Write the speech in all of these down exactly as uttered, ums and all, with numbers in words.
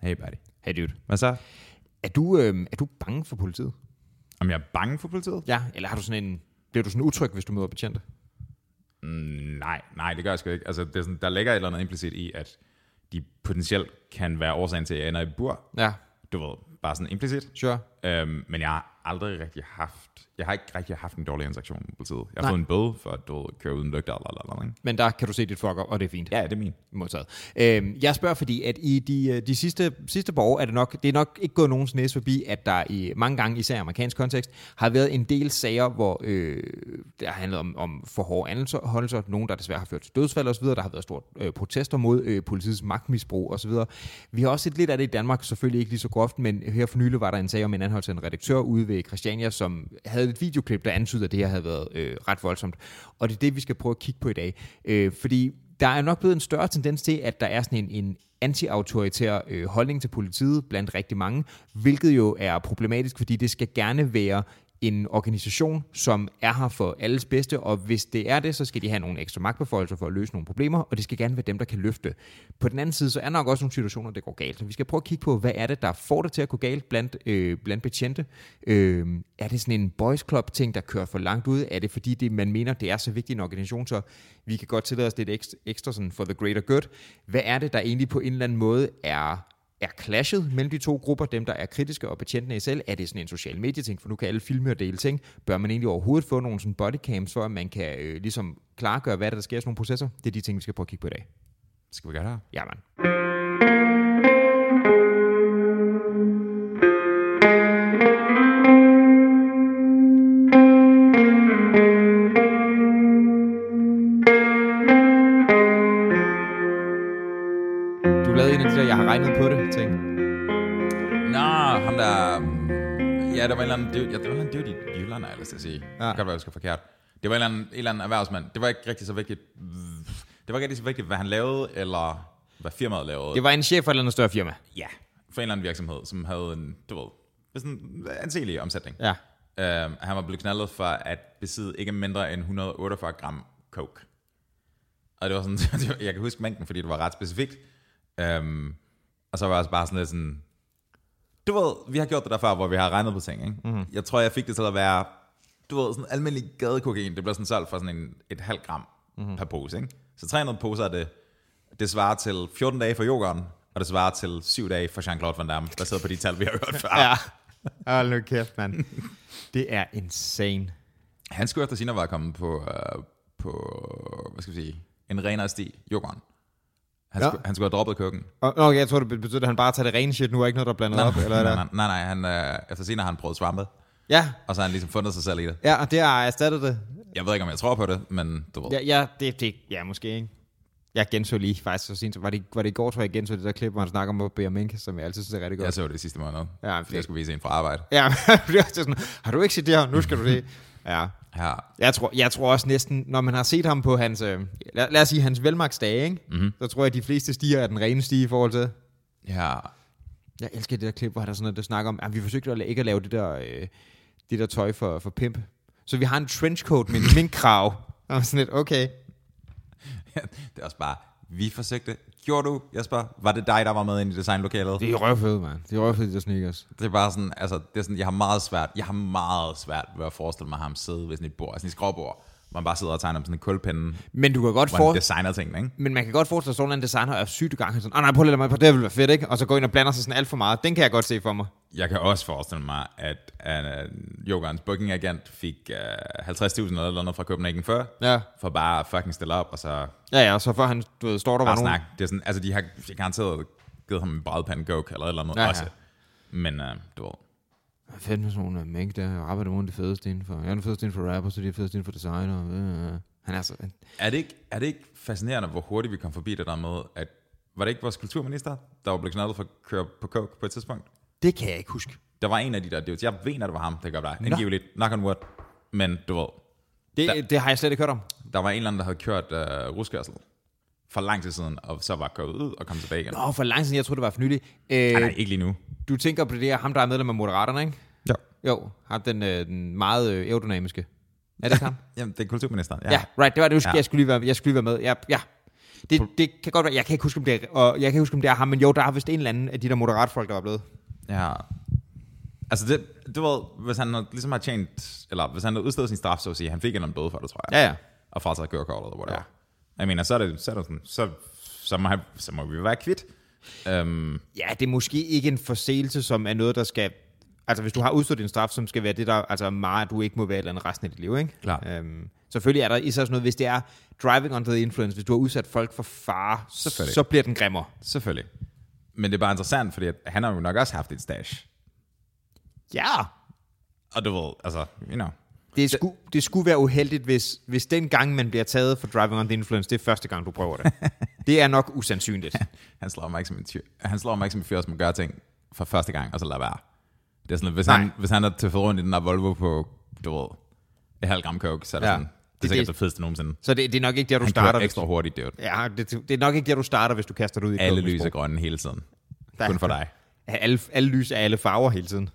Hey buddy. Hey dude. Hvad så? Er du, øh, er du bange for politiet? Om jeg er bange for politiet? Ja, eller har du sådan en... Bliver du sådan utryg, hvis du møder betjente? Mm, nej, nej, det gør jeg sgu ikke. Altså, det er sådan, der ligger et eller andet implicit i, at de potentielt kan være årsagen til, at jeg ender i bur. Ja. Du ved, bare sådan implicit. Sure. Øhm, men jeg har aldrig rigtig haft... Jeg har ikke rigtig haft en dårlig interaktion med politiet. Jeg har Nej. fået en bøde for at du køre uden lygter. Eller, eller, eller. Men der kan du se dit fuck up, og det er fint. Ja, det er min. Modtaget. Øhm, jeg spørger, fordi at i de, de sidste, sidste par år er det nok, det er nok ikke gået nogens næse forbi, at der i mange gange, især i amerikansk kontekst, har været en del sager, hvor øh, der har handlet om, om for hårde anholdelser, nogen der desværre har ført til dødsfald osv., der har været stort øh, protester mod øh, politiets magtmisbrug osv. Vi har også set lidt af det i Danmark, selvfølgelig ikke lige så groft, men her for nylig var der en sag om en anholdelse af en redaktør ude ved Christiania, som havde et videoklip, der antydede, at det her havde været øh, ret voldsomt. Og det er det, vi skal prøve at kigge på i dag. Øh, fordi der er nok blevet en større tendens til, at der er sådan en, en anti-autoritær øh, holdning til politiet blandt rigtig mange, hvilket jo er problematisk, fordi det skal gerne være en organisation, som er her for alles bedste, og hvis det er det, så skal de have nogle ekstra magtbeføjelser for at løse nogle problemer, og det skal gerne være dem, der kan løfte. På den anden side, så er der nok også nogle situationer, der går galt. Så vi skal prøve at kigge på, hvad er det, der får det til at gå galt blandt, øh, blandt betjente? Øh, er det sådan en boys club-ting, der kører for langt ud? Er det fordi, det, man mener, det er så vigtig en organisation, så vi kan godt tillade os lidt ekstra, ekstra sådan for the greater good? Hvad er det, der egentlig på en eller anden måde er... er clashet mellem de to grupper, dem der er kritiske og betjentene i selv? Er det sådan en social medieting, for nu kan alle filme og dele ting? Bør man egentlig overhovedet få nogle sådan bodycams, for at man kan øh, ligesom klargøre, hvad der, der sker i sådan nogle processer? Det er de ting, vi skal prøve at kigge på i dag. Skal vi gøre det her? Ja, man. Jeg har regnet på det, ting. Nå, ham der... Ja, der var en eller anden... Det, ja, det var en dude i Jylland, jeg lyst til at sige. Ja. Det kan være, jeg skal forkert. Det var en eller, anden, en eller anden erhvervsmand. Det var ikke rigtig så vigtigt... Det var ikke rigtig så vigtigt, hvad han lavede, eller hvad firmaet lavede. Det var en chef for et eller andet større firma. Ja, for en eller anden virksomhed, som havde en, du ved, sådan en anselig omsætning. Ja. Uh, han var blevet knaldet for at besidde ikke mindre end et hundrede og otteogfyrre gram coke. Og det var sådan... Jeg kan huske mængden, fordi det var ret specifikt. Um, og så var jeg også bare sådan lidt sådan, du ved, vi har gjort det der før, hvor vi har regnet på ting, ikke? Mm-hmm. Jeg tror, jeg fik det til at være, du ved, sådan almindelig gadekokain. Det blev sådan solgt for sådan en, et halvt gram mm-hmm. per pose, ikke? Så tre hundrede poser af det, det svarer til fjorten dage for yoghurt, og det svarer til syv dage for Jean-Claude Van Damme, baseret på de tal, vi har hørt før. Ja, hold nu kæft, mand. Det er insane. Han skulle efter sin være kommet på, uh, på, hvad skal vi sige, en renere sti, yoghurt. Han, ja. skulle, han skulle have droppet køkken. Okay, jeg tror, det betyder, at han bare tager det rene shit nu, og ikke noget, der er blandet nej, op? Eller nej, nej, nej, nej, han, øh, efter senere har han prøvet svampe. Ja. Og så har han ligesom fundet sig selv i det. Ja, og det har erstattet det. Jeg ved ikke, om jeg tror på det, men du ved. Ja, ja, det, det, ja måske ikke. Jeg genså lige faktisk så sent. Var det, var det i går, tror jeg, jeg genså det der klip, hvor han snakker om Bea Mink, som jeg altid synes er rigtig godt. Jeg så det sidste måned, ja, fordi jeg skulle vise en fra arbejde. Ja, sådan, har du ikke set det her? Nu skal du se. Ja. Ja. Jeg tror, jeg tror også næsten, når man har set ham på hans, øh, lad, lad os sige hans velmagtsdage, ikke? Mm-hmm. Så tror jeg, at de fleste stiger er den rene stige i forhold til. Ja. Jeg elsker det der klip, hvor der sådan noget, der snakker om, at vi forsøgte at, ikke at lave det der, øh, det der tøj for, for pimp. Så vi har en trenchcoat med en minkkrav. Og sådan lidt, okay. Ja, det er også bare, vi forsøgte. Gjorde du, Jesper? Var det dig, der var med ind i designlokalet? Det er røvfedt, mand. Det er røvfedt, de sneakers. Det er bare sådan, altså, det er sådan, jeg har meget svært, jeg har meget svært ved at forestille mig ham sidde ved sådan et bord, sådan et skråbord, hvor man bare sidder og tegner om sådan en kulpinde. Men du kan godt for... designer tingene, ikke? Men man kan godt forestille sig, at sådan en designer er sygt i gang. Sådan, ah, nej, prøv at lade mig på, det vil være fedt, ikke? Og så går ind og blander sig sådan alt for meget. Den kan jeg godt se for mig. Jeg kan også forestille mig, at uh, Yogarens bookingagent fik uh, halvtreds tusind eller noget fra Copenhagen før, ja. For bare fucking stille op, og så... Ja, ja, og så før han, du ved, står der var nogen... Det er sådan, altså, de har garanteret givet ham en brædpande coke, eller et eller andet ja, ja. også. Men, uh, du ved... Fedt med sådan nogle mængde der. Jeg arbejder mod det fedeste inden for... Jeg er den fedeste inden for rapper, så de er fedeste inden for designer. Øh, han er så... Er det, ikke, er det ikke fascinerende, hvor hurtigt vi kom forbi det der med, at... Var det ikke vores kulturminister, der var blevet knaldet for at køre på coke på et tidspunkt? Det kan jeg ikke huske. Der var en af de der dudes. Jeg ved, at det var ham, det gør dig. Angiveligt. Knock on wood. Men du ved... Det, der, det har jeg slet ikke hørt om. Der var en eller anden, der havde kørt uh, ruskørsel for lang tid siden, og så var kørt ud og kom tilbage igen. Nå, for lang tid siden. Jeg troede, det var for nylig. Øh, nej, nej, ikke lige nu. Du tænker på det der, ham der er medlem af Moderaterne, ikke? Ja. Jo, ham den, øh, den meget øh, aerodynamiske. Er det ikke ham? Jamen, det er kulturministeren. Ja. ja, right, det var det. Ja. Jeg skulle lige være, jeg skulle lige være med. Ja, ja. Det, det kan godt være, jeg kan ikke huske, om det er, og jeg kan ikke huske, om det er ham, men jo, der er vist en eller anden af de der moderat folk, der er blevet. Ja. Altså, det, du ved, hvis han ligesom har tjent, eller hvis han har udstedet sin straf, så at sige, han fik en om døde for det, tror jeg. Ja, ja. Og frataget kørekortet, eller whatever. Ja. Jeg mener, så er det, så er det sådan, så, så, må, han, så må vi være kvitt. Um, ja, det er måske ikke en forseelse, som er noget, der skal... Altså, hvis du har udstået din straf, som skal være det, der altså meget, du ikke må være et eller andet resten af dit liv, ikke? Klar. Øhm, selvfølgelig er der især sådan noget, hvis det er driving under the influence, hvis du har udsat folk for fare, så bliver den grimmere. Selvfølgelig. Men det er bare interessant, fordi at han har jo nok også haft et stash. Ja. Og du ved, altså, you know. Det skulle, det skulle være uheldigt, hvis, hvis den gang, man bliver taget for driving under the influence, det er første gang, du prøver det. Det er nok usandsynligt. Han slår mig ikke som en tyr. Han slår mig ikke som en fyr, som gør ting for første gang, og så lader være. Det er sådan, hvis han, hvis han er til for rundt i den der Volvo på, du ved, et halvt gram coke, så er det ja, sådan, det er det, sikkert det, det fedeste nogensinde. Så det, det er nok ikke der, du han starter. Han ekstra hurtigt, det Ja, det, det er nok ikke der, du starter, hvis du kaster det ud i alle lys er grønne hele tiden. Der, kun for dig. Alle, alle lys er alle farver hele tiden.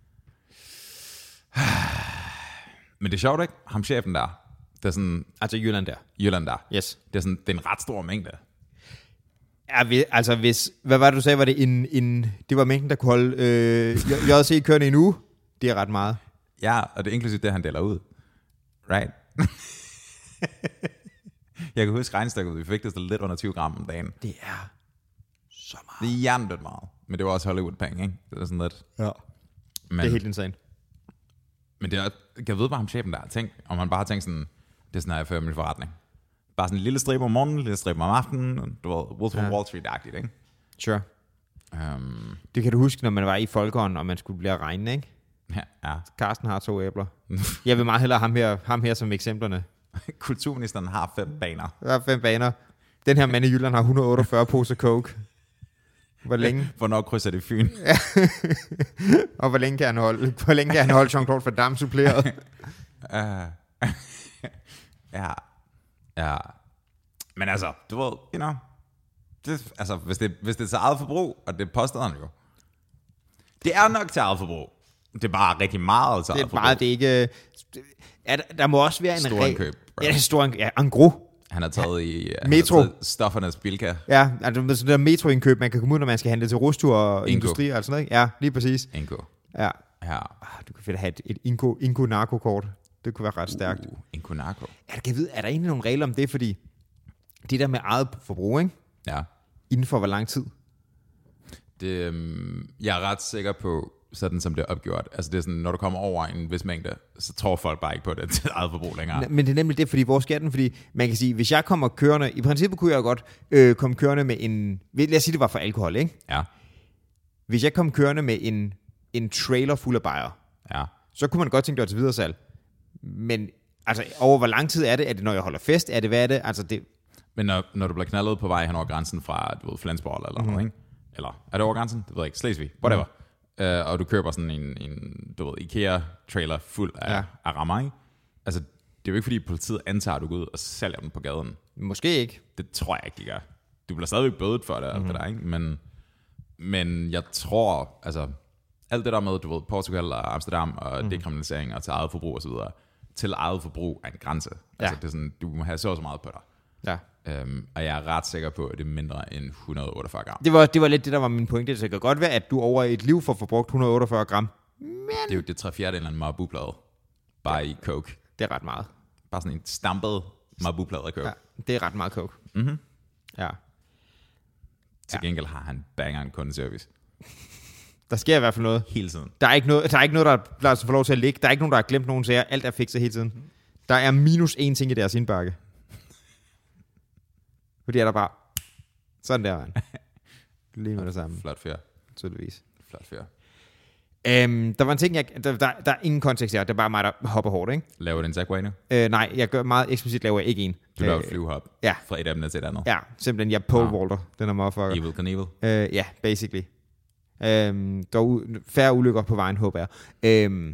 Men det er sjovt, ikke? Ham chefen der. Det er sådan... Altså Jylland der. Jylland der. Yes. Det er sådan, det er en ret stor mængde. Ja, vi, altså hvis... Hvad var det, du sagde? Var det en... en det var mængden, der kunne holde øh, J C kørende i en uge? Det er ret meget. Ja, og det er inklusive det, han deler ud. Right? Jeg kan huske regnstykket, vi fik det så lidt under tyve gram om dagen. Det er så meget. Det er hjernedødt meget. Men det var også Hollywood-penge, ikke? Det er sådan lidt... Ja. Men, det er helt insane. Men det er, kan jeg vide, hvad ham chefen der har tænkt? Om han bare har tænkt sådan, det er sådan her, jeg fører min forretning. Bare sådan en lille stribe om morgenen, en lille stribe om aftenen. Du ved, Wolf of ja. Wall Street-agtigt, ikke? Sure. Um, det kan du huske, når man var i Folkeånd, og man skulle blive regne, ikke? Ja, ja. Carsten har to æbler. Jeg vil meget hellere ham her, ham her som eksemplerne. Kulturministeren har fem baner. Der er fem baner. Den her mand i Jylland har et hundrede og otteogfyrre poser coke. Hvor længe? Hvornår krydser det Fyn? Og hvor længe kan han holde? Hvor længe kan han holde Jean-Claude Van Damme suppleret? uh, ja. Ja. Men altså, du ved, you know, det, altså, hvis det, hvis det er til eget forbrug, og det påstår han jo. Det er nok til eget forbrug. Det er bare rigtig meget til eget forbrug. Det er bare, det er ikke... Er der, der må også være en... Stor indkøb. Ja, det er stor indkøb. Ja, en gros. Han har taget i metro. Stoffernes Bilka. Ja, altså det der metroindkøb, man kan komme ud, når man skal handle til rustur og Inko. Industri og sådan noget. Ja, lige præcis. Inko. Ja. Ja. Du kan fedt have et, et Inko, Inko narkokort. Det kunne være ret stærkt. Uh, Inko narko. Ja, kan jeg vide, er der egentlig nogle regler om det, fordi det der med eget forbrug, ikke? Ja. Inden for hvor lang tid? Det, um, jeg er ret sikker på, sådan som det er opgjort. Altså det er sådan, når du kommer over en vis mængde, så tror folk bare ikke på det til eget forbrug længere. Men det er nemlig det, fordi hvor sker den? Fordi man kan sige, hvis jeg kommer kørende, i princippet kunne jeg godt øh, komme kørende med en, lad os sige, det var for alkohol, ikke? Ja. Hvis jeg kom kørende med en, en trailer fuld af bajer, ja. så kunne man godt tænke, det var til videresalg. Men altså, over hvor lang tid er det? Er det, når jeg holder fest? Er det, hvad er det? Altså, det... Men når, når du bliver knaldet på vej hen over grænsen fra, du ved, Flensborg eller mm-hmm. noget, ikke? Eller er det over grænsen? Det ved jeg ikke. Slesvig. Whatever. Mm. Uh, og du køber sådan en, en du ved, IKEA-trailer fuld af, ja. af rammer, ikke? Altså, det er jo ikke, fordi politiet antager, at du går ud og sælger den på gaden. Måske ikke. Det tror jeg ikke, de gør. Du bliver stadigvæk bødet for det, mm-hmm. det der, ikke? Men, men jeg tror, altså, alt det der med, du ved, Portugal og Amsterdam og mm-hmm. dekriminalisering og til eget forbrug og så videre, til eget forbrug er en grænse. Ja. Altså, det er sådan, du må have så og så meget på dig. Ja. Um, og jeg er ret sikker på, at det er mindre end et hundrede og otteogfyrre gram. Det var, det var lidt det, der var min pointe. Det kan godt være, at du over et liv får forbrugt et hundrede og otteogfyrre gram. Men... Det er jo det tre fjerdedel af en Marabu-plade. Bare ja. i coke. Det er ret meget. Bare sådan en stampet Marabu-plade af coke. Ja, det er ret meget coke. Mm-hmm. Ja. Til gengæld har han banger en kundeservice. Der sker i hvert fald noget. Hele tiden. Der er ikke noget, der, er ikke noget, der, der får lov til at ligge. Der er ikke nogen, der har glemt nogen sager. Alt er fikset hele tiden. Der er minus én ting i deres indbakke. Fordi er der bare... Sådan der, man. Lige med det samme. Flot fyr. Tydeligvis. Flot fyr. Øhm, der var en ting, jeg, der, der, der er ingen kontekst her. Det er bare mig, der hopper hårdt, ikke? Laver du en Segway nu? Øh, nej, jeg gør meget eksplicit, laver jeg ikke en. Du laver et flyvehop? Ja. Fra et emne til et andet? Ja, simpelthen. Jeg pole vaulter, den er motherfucker. Evil Knievel? Øh, ja, yeah, basically. Øhm, dog færre ulykker på vejen, håber jeg. Øhm,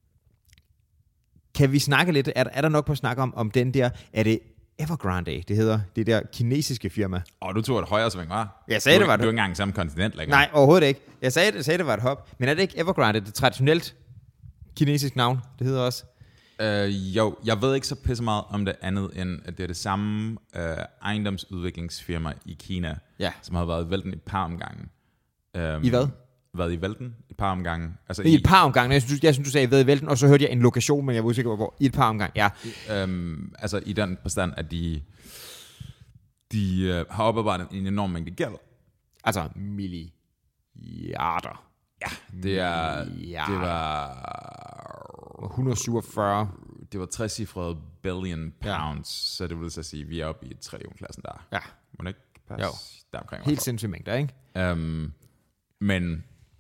kan vi snakke lidt? Er, er der nok på at snakke om, om den der... Er det Evergrande, det hedder det der kinesiske firma? Åh, oh, du tog et højere sving, hva'? Jeg sagde, du, det var du er ikke engang samme kontinent længere. Nej, overhovedet ikke. Jeg sagde, jeg sagde, det var et hop. Men er det ikke Evergrande, det traditionelt kinesisk navn? Det hedder også. Uh, jo, jeg ved ikke så pisse meget om det andet, end at det er det samme uh, ejendomsudviklingsfirma i Kina, ja. som har været i vælten i et par omgange. Um, I hvad? Været i vælten i et par omgange. Altså I et par omgange. Jeg synes, jeg synes, du sagde, været i vælten, og så hørte jeg en lokation, men jeg var usikker på, hvor. I et par omgange, ja. Um, altså i den forstand, at de, de uh, har oparbejdet en enorm mængde gæld. Altså milliarder. Ja, det er... Milliarder. Det var... et hundrede og syvogfyrre. Det var tre-cifrede billion pounds, ja. Så det vil så sige, at vi er oppe i trillionklassen der. Ja. Må det ikke passe? Jo. Der omkring. Helt sindssygt mængder, ikke? Um, men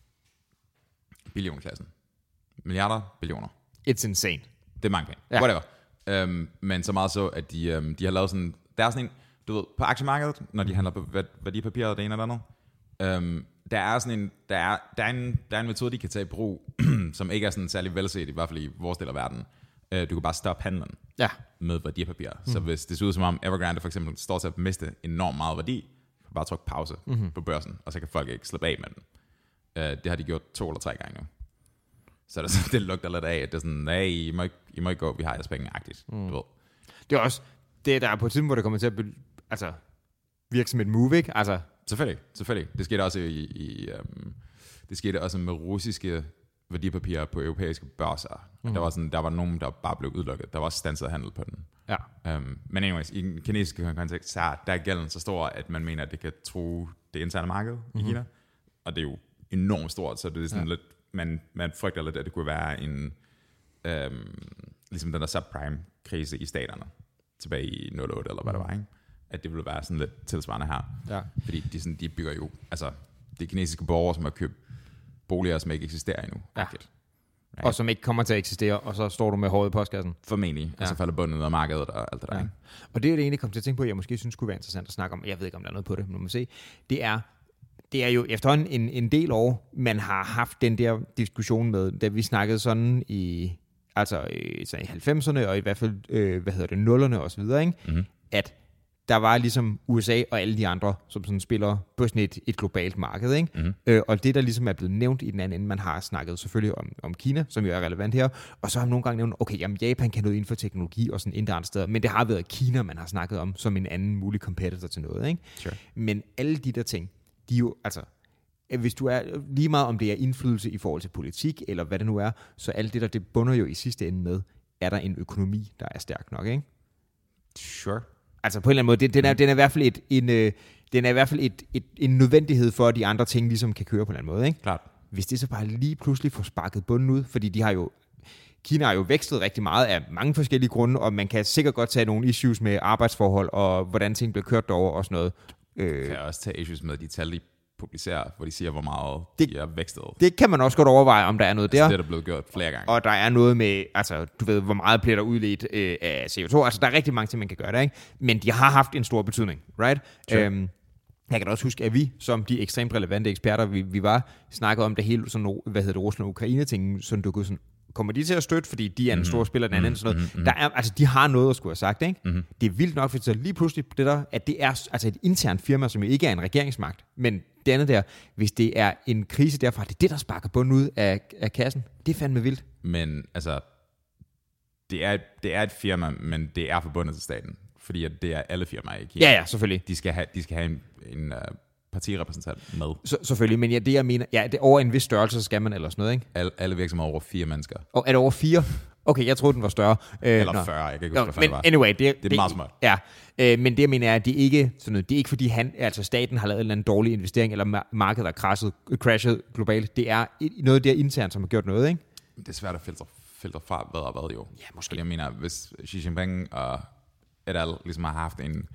billionklassen. Milliarder, billioner. It's insane. Det er mange penge. Ja. Whatever. Um, men så meget så, at de, um, de har lavet sådan... Der er sådan en... Du ved, på aktiemarkedet, når de handler på værdipapirer og det ene eller andet, um, der er sådan en... Der er, der, er en, der er en metode, de kan tage i brug, som ikke er sådan særlig velset, i hvert fald i vores del af verden. Uh, du kan bare stoppe handlen ja. Med værdipapirer. Mm. Så hvis det ser ud som om Evergrande for eksempel står til at miste enormt meget værdi, kan du bare trykke pause mm-hmm. på børsen, og så kan folk ikke slippe af med den. Uh, det har de gjort to eller tre gange nu. Så det, det lugter lidt af, at det er sådan, nej, I må ikke, I må ikke gå, vi har jeres penge-agtigt. Mm. Du ved. Det er også, det der er på tiden, hvor det kommer til at be, altså, virke som et move, ikke? Altså. Selvfølgelig, selvfølgelig. Det skete også i, i um, det skete også med russiske værdipapirer på europæiske børser. Mm. Der var sådan, der var nogen, der bare blev udelukket. Der var også standset handel på den. Ja. Um, men anyways, i den kinesiske kontekst, så der er gælden så stor, at man mener, at det kan true det interne marked mm-hmm. i Kina. Og det er jo enormt stort, så det er sådan ja. Lidt, man, man frygter lidt, at det kunne være en, um, ligesom den der subprime-krise i staterne, tilbage i nul otte eller hvad mm. det var, ikke? At det ville være sådan lidt tilsvarende her. Ja. Fordi de, sådan, de bygger jo, altså de kinesiske borgere, som har købt boliger, som ikke eksisterer endnu. Ja. Right. Og som ikke kommer til at eksistere, og så står du med håret i postkassen. Formentlig, ja. Og så falder bunden ud af markedet og alt det der. Ja. Og det er jo det egentlig, jeg kom til at tænke på, jeg måske synes kunne være interessant at snakke om, jeg ved ikke, om der er noget på det, men må se. Det er, det er jo efterhånden en, en del år, man har haft den der diskussion med, da vi snakkede sådan i, altså så i halvfemserne, og i hvert fald, øh, hvad hedder det, nullerne og så videre, ikke? Mm-hmm. At der var ligesom U S A og alle de andre, som sådan spiller på sådan et, et globalt marked, ikke? Mm-hmm. Øh, og det, der ligesom er blevet nævnt i den anden ende, man har snakket selvfølgelig om, om Kina, som jo er relevant her, og så har man nogle gange nævnt, okay, jamen Japan kan noget inden for teknologi og sådan inden andre steder, men det har været Kina, man har snakket om, som en anden mulig competitor til noget, ikke? Sure. Men alle de der ting, de er jo, altså, hvis du er lige meget om det er indflydelse i forhold til politik, eller hvad det nu er, så alt det der, det bunder jo i sidste ende med, er der en økonomi, der er stærk nok, ikke? Sure. Altså på en eller anden måde, den, den, er, den er i hvert fald, et, en, øh, den er i hvert fald et, et, en nødvendighed for, at de andre ting ligesom kan køre på en eller anden måde, ikke? Klart. Hvis det så bare lige pludselig får sparket bunden ud, fordi de har jo, Kina har jo vækstet rigtig meget af mange forskellige grunde, og man kan sikkert godt tage nogle issues med arbejdsforhold, og hvordan ting bliver kørt derover og sådan noget. Øh, kan også tage issues med de tal, de publicerer, hvor de siger, hvor meget det, de er vækstet. Det kan man også godt overveje, om der er noget altså, der. Det er der blevet gjort flere gange. Og der er noget med, altså du ved, hvor meget bliver der udledt øh, af C O to. Altså der er rigtig mange ting, man kan gøre der, ikke? Men de har haft en stor betydning, right? Sure. Øhm, jeg kan da også huske, at vi, som de ekstremt relevante eksperter, vi, vi var, snakkede om det hele, sådan, hvad hedder det, Rusland og Ukraine-ting, sådan du kunne sådan, kommer de til at støtte, fordi de er en mm-hmm. stor spiller, den anden mm-hmm. sådan noget. Mm-hmm. Der er, altså, de har noget at skulle have sagt, ikke? Mm-hmm. Det er vildt nok, for så lige pludselig det der, at det er altså et internt firma, som jo ikke er en regeringsmagt, men det andet der, hvis det er en krise derfra, det er det, der sparker bunden ud af, af kassen. Det er fandme vildt. Men altså, det er, det er et firma, men det er forbundet til staten, fordi at det er alle firmaer i Kina. Ja, ja, selvfølgelig. De skal have, de skal have en, en uh, partirepræsentant med. Så, selvfølgelig, men ja, det jeg mener, ja, det over en vis størrelse, så skal man eller sådan noget, ikke? Alle, alle virksomheder over fire mennesker. Og er det over fire? Okay, jeg troede, den var større. Øh, Eller fyrre, jeg kan ikke huske, hvad det var. Anyway, det, det er det, meget smart. Ja, øh, men det jeg mener er, at det ikke sådan noget, det er ikke fordi han, altså staten har lavet en eller anden dårlig investering, eller markedet er crashet, crashet globalt. Det er noget der internt, som har gjort noget, ikke? Det er svært at filtre, filtre fra, hvad og hvad jo. Ja, måske. Fordi jeg mener, hvis Xi Jinping og et al ligesom har haft en,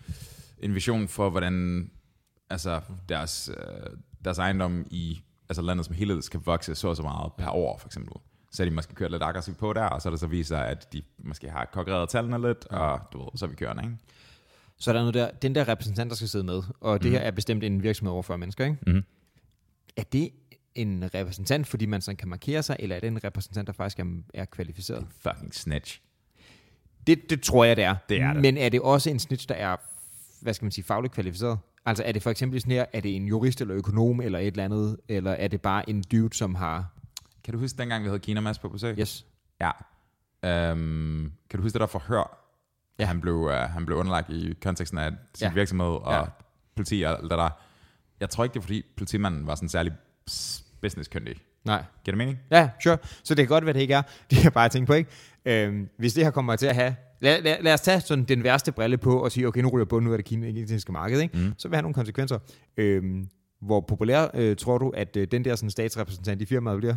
en vision for, hvordan altså, deres, deres ejendom i altså landet som helhed skal vokse så og så meget per år, for eksempel. Så er de måske kørt lidt aggressivt på der, og så er det så viser sig, at de måske har konkurreret tallene lidt, og du ved, så er vi kørende, ikke? Så er der noget der, den der repræsentant, der skal sidde med, og det mm. her er bestemt en virksomhed over fyrre mennesker, ikke? Mm. Er det en repræsentant, fordi man sådan kan markere sig, eller er det en repræsentant, der faktisk er, er kvalificeret? En fucking snitch. Det, det tror jeg, det er. Det er det. Men er det også en snitch, der er, hvad skal man sige, fagligt kvalificeret? Altså er det for eksempel sådan her, er det en jurist eller økonom eller et eller andet, eller er det bare en dude, som har... Kan du huske dengang, vi havde Kina Mads på besøg? Yes. Ja. Um, kan du huske det der forhør? Ja. Han blev, uh, han blev underlagt i konteksten af sin ja. virksomhed og ja. politi og alt det der. Jeg tror ikke, det er fordi politimanden var sådan særlig businesskyndig. Nej. Giver det mening? Ja, sure. Så det kan godt være, det ikke er. Det har jeg bare tænkt på, ikke? Øhm, hvis det her kommer til at have... Lad, lad, lad os tage sådan den værste brille på og sige, okay, nu ryger bunden ud af det kinesiske marked, ikke? Mm. Så vil have nogle konsekvenser. Øhm, hvor populær øh, tror du, at øh, den der sådan, statsrepræsentant i firmaet bliver?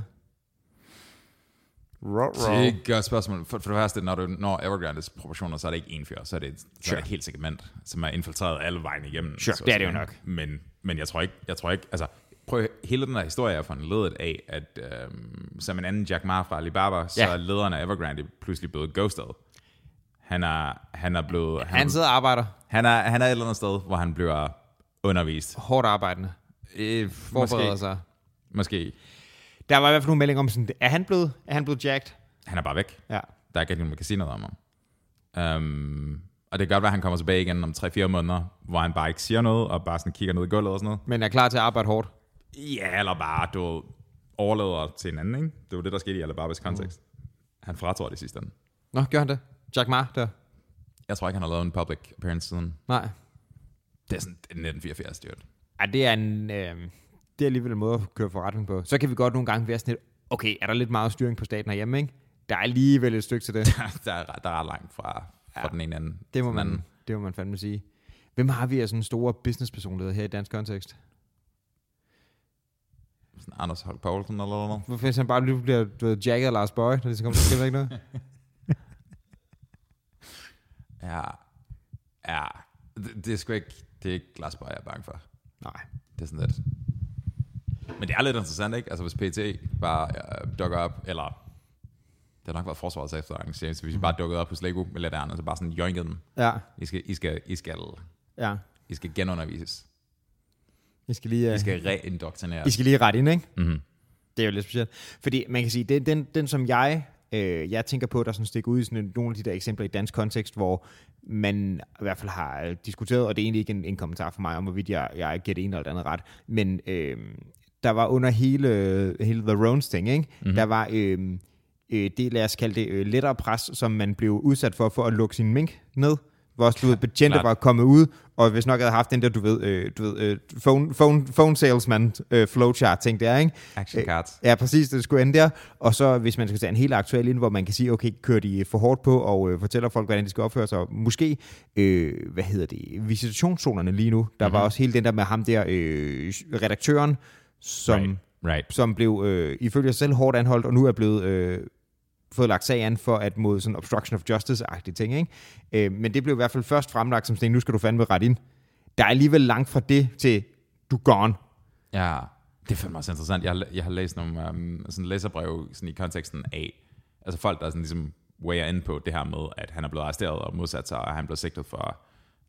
Det er et godt spørgsmål. For, for det første, når du når Evergrandes proportioner, så er det ikke en fyr, så er det, så sure. er det et helt segment, som er infiltreret alle vejen igennem. Sure, det er det jo nok. Men, men jeg tror ikke, jeg tror ikke, altså, prøv hele den der historie er foranlediget af, at øhm, som en anden Jack Ma fra Alibaba, så ja. er lederen af Evergrande pludselig blevet ghosted. Han er, han er blevet... Han, han sidder og arbejder. Han er, han er et eller andet sted, hvor han bliver undervist. Hårdt arbejdende. Øh, Forbereder måske, sig. Måske. Der var i hvert fald nogle meldinger om sådan, er han blevet, er han blevet jacked? Han er bare væk. Ja. Der er ikke nogen, man kan sige noget om ham. Um, og det kan godt være, at han kommer tilbage igen om tre fire måneder, hvor han bare ikke siger noget, og bare sådan kigger ned i gulvet og sådan noget. Men er klar til at arbejde hårdt? Ja, eller bare, du overleder til en anden, ikke? Det var det, der skete i Alibabas kontekst. Mm. Han fratrår det sidste ende. Nå, gør han det? Jack Ma, der? Jeg tror ikke, han har lavet en public appearance siden. Nej. Det er sådan nitten fireogfirs, dyrt. Ja, det er en... Øh, det er alligevel en måde at køre forretning på. Så kan vi godt nogle gange være sådan lidt, okay, er der lidt meget styring på staten herhjemme, ikke? Der er alligevel et stykke til det. der, er, der er ret langt fra, fra ja, den ene anden. Det må, man, det må man fandme sige. Hvem har vi af sådan store businesspersonligheder her i dansk kontekst? Sådan Anders Holk Poulsen eller noget. Hvorfor hvis han bare lige bliver jacket af Lars Bøje, når det så kommer til at ikke noget? ja, ja. Det, det er sgu ikke, det er ikke Lars Bøje, jeg er bange for. Nej. Det er sådan lidt. Men det er lidt interessant, ikke? Altså hvis P T bare uh, dukker op, eller det har nok været forsvarets efterretningstjeneste, hvis vi bare dukkede op hos Lego med lidt andet, så bare sådan joinkede dem. Ja. I skal, I skal, I skal, ja. I skal genundervises. I skal lige, uh, I skal reindoktrineres. I skal lige rette ind, ikke? Mm-hmm. Det er jo lidt specielt. Fordi man kan sige, den, den, den som jeg, øh, jeg tænker på, der sådan stikker ud i sådan nogle af de der eksempler i dansk kontekst, hvor man i hvert fald har diskuteret, og det er egentlig ikke en, en kommentar for mig om, hvorvidt jeg, jeg giver det ene eller det andet ret, men øh, der var under hele, hele The Rones ting, ikke? Mm-hmm. Der var øh, øh, det, lad os kalde det, øh, lettere pres, som man blev udsat for, for at lukke sin mink ned. Hvor du ved, betjente var kommet ud, og hvis nok havde haft den der, du ved, øh, du ved øh, phone, phone, phone salesman øh, flowchart ting der, ikke? Action cards. Ja, præcis, det skulle ende der. Og så hvis man skal tage en helt aktuel ind, hvor man kan sige, okay, kører de for hårdt på, og øh, fortæller folk, hvordan de skal opføre sig. Måske, øh, hvad hedder det, visitationszonerne lige nu. Der mm-hmm. var også hele den der med ham der, øh, redaktøren, som, right. Right. som blev øh, ifølge sig selv hårdt anholdt, og nu er blevet... Øh, fået lagt sag an for at mod sådan obstruction of justice-agtige ting, ikke? Øh, men det blev i hvert fald først fremlagt som sådan, nu skal du fandme ret ind. Der er alligevel langt fra det til, du gone. Ja, det er fandme også interessant. Jeg har, jeg har læst nogle um, sådan læserbrev sådan i konteksten af, altså folk, der sådan ligesom weigher ind på det her med, at han er blevet arresteret og modsat sig, og han er blevet sigtet for,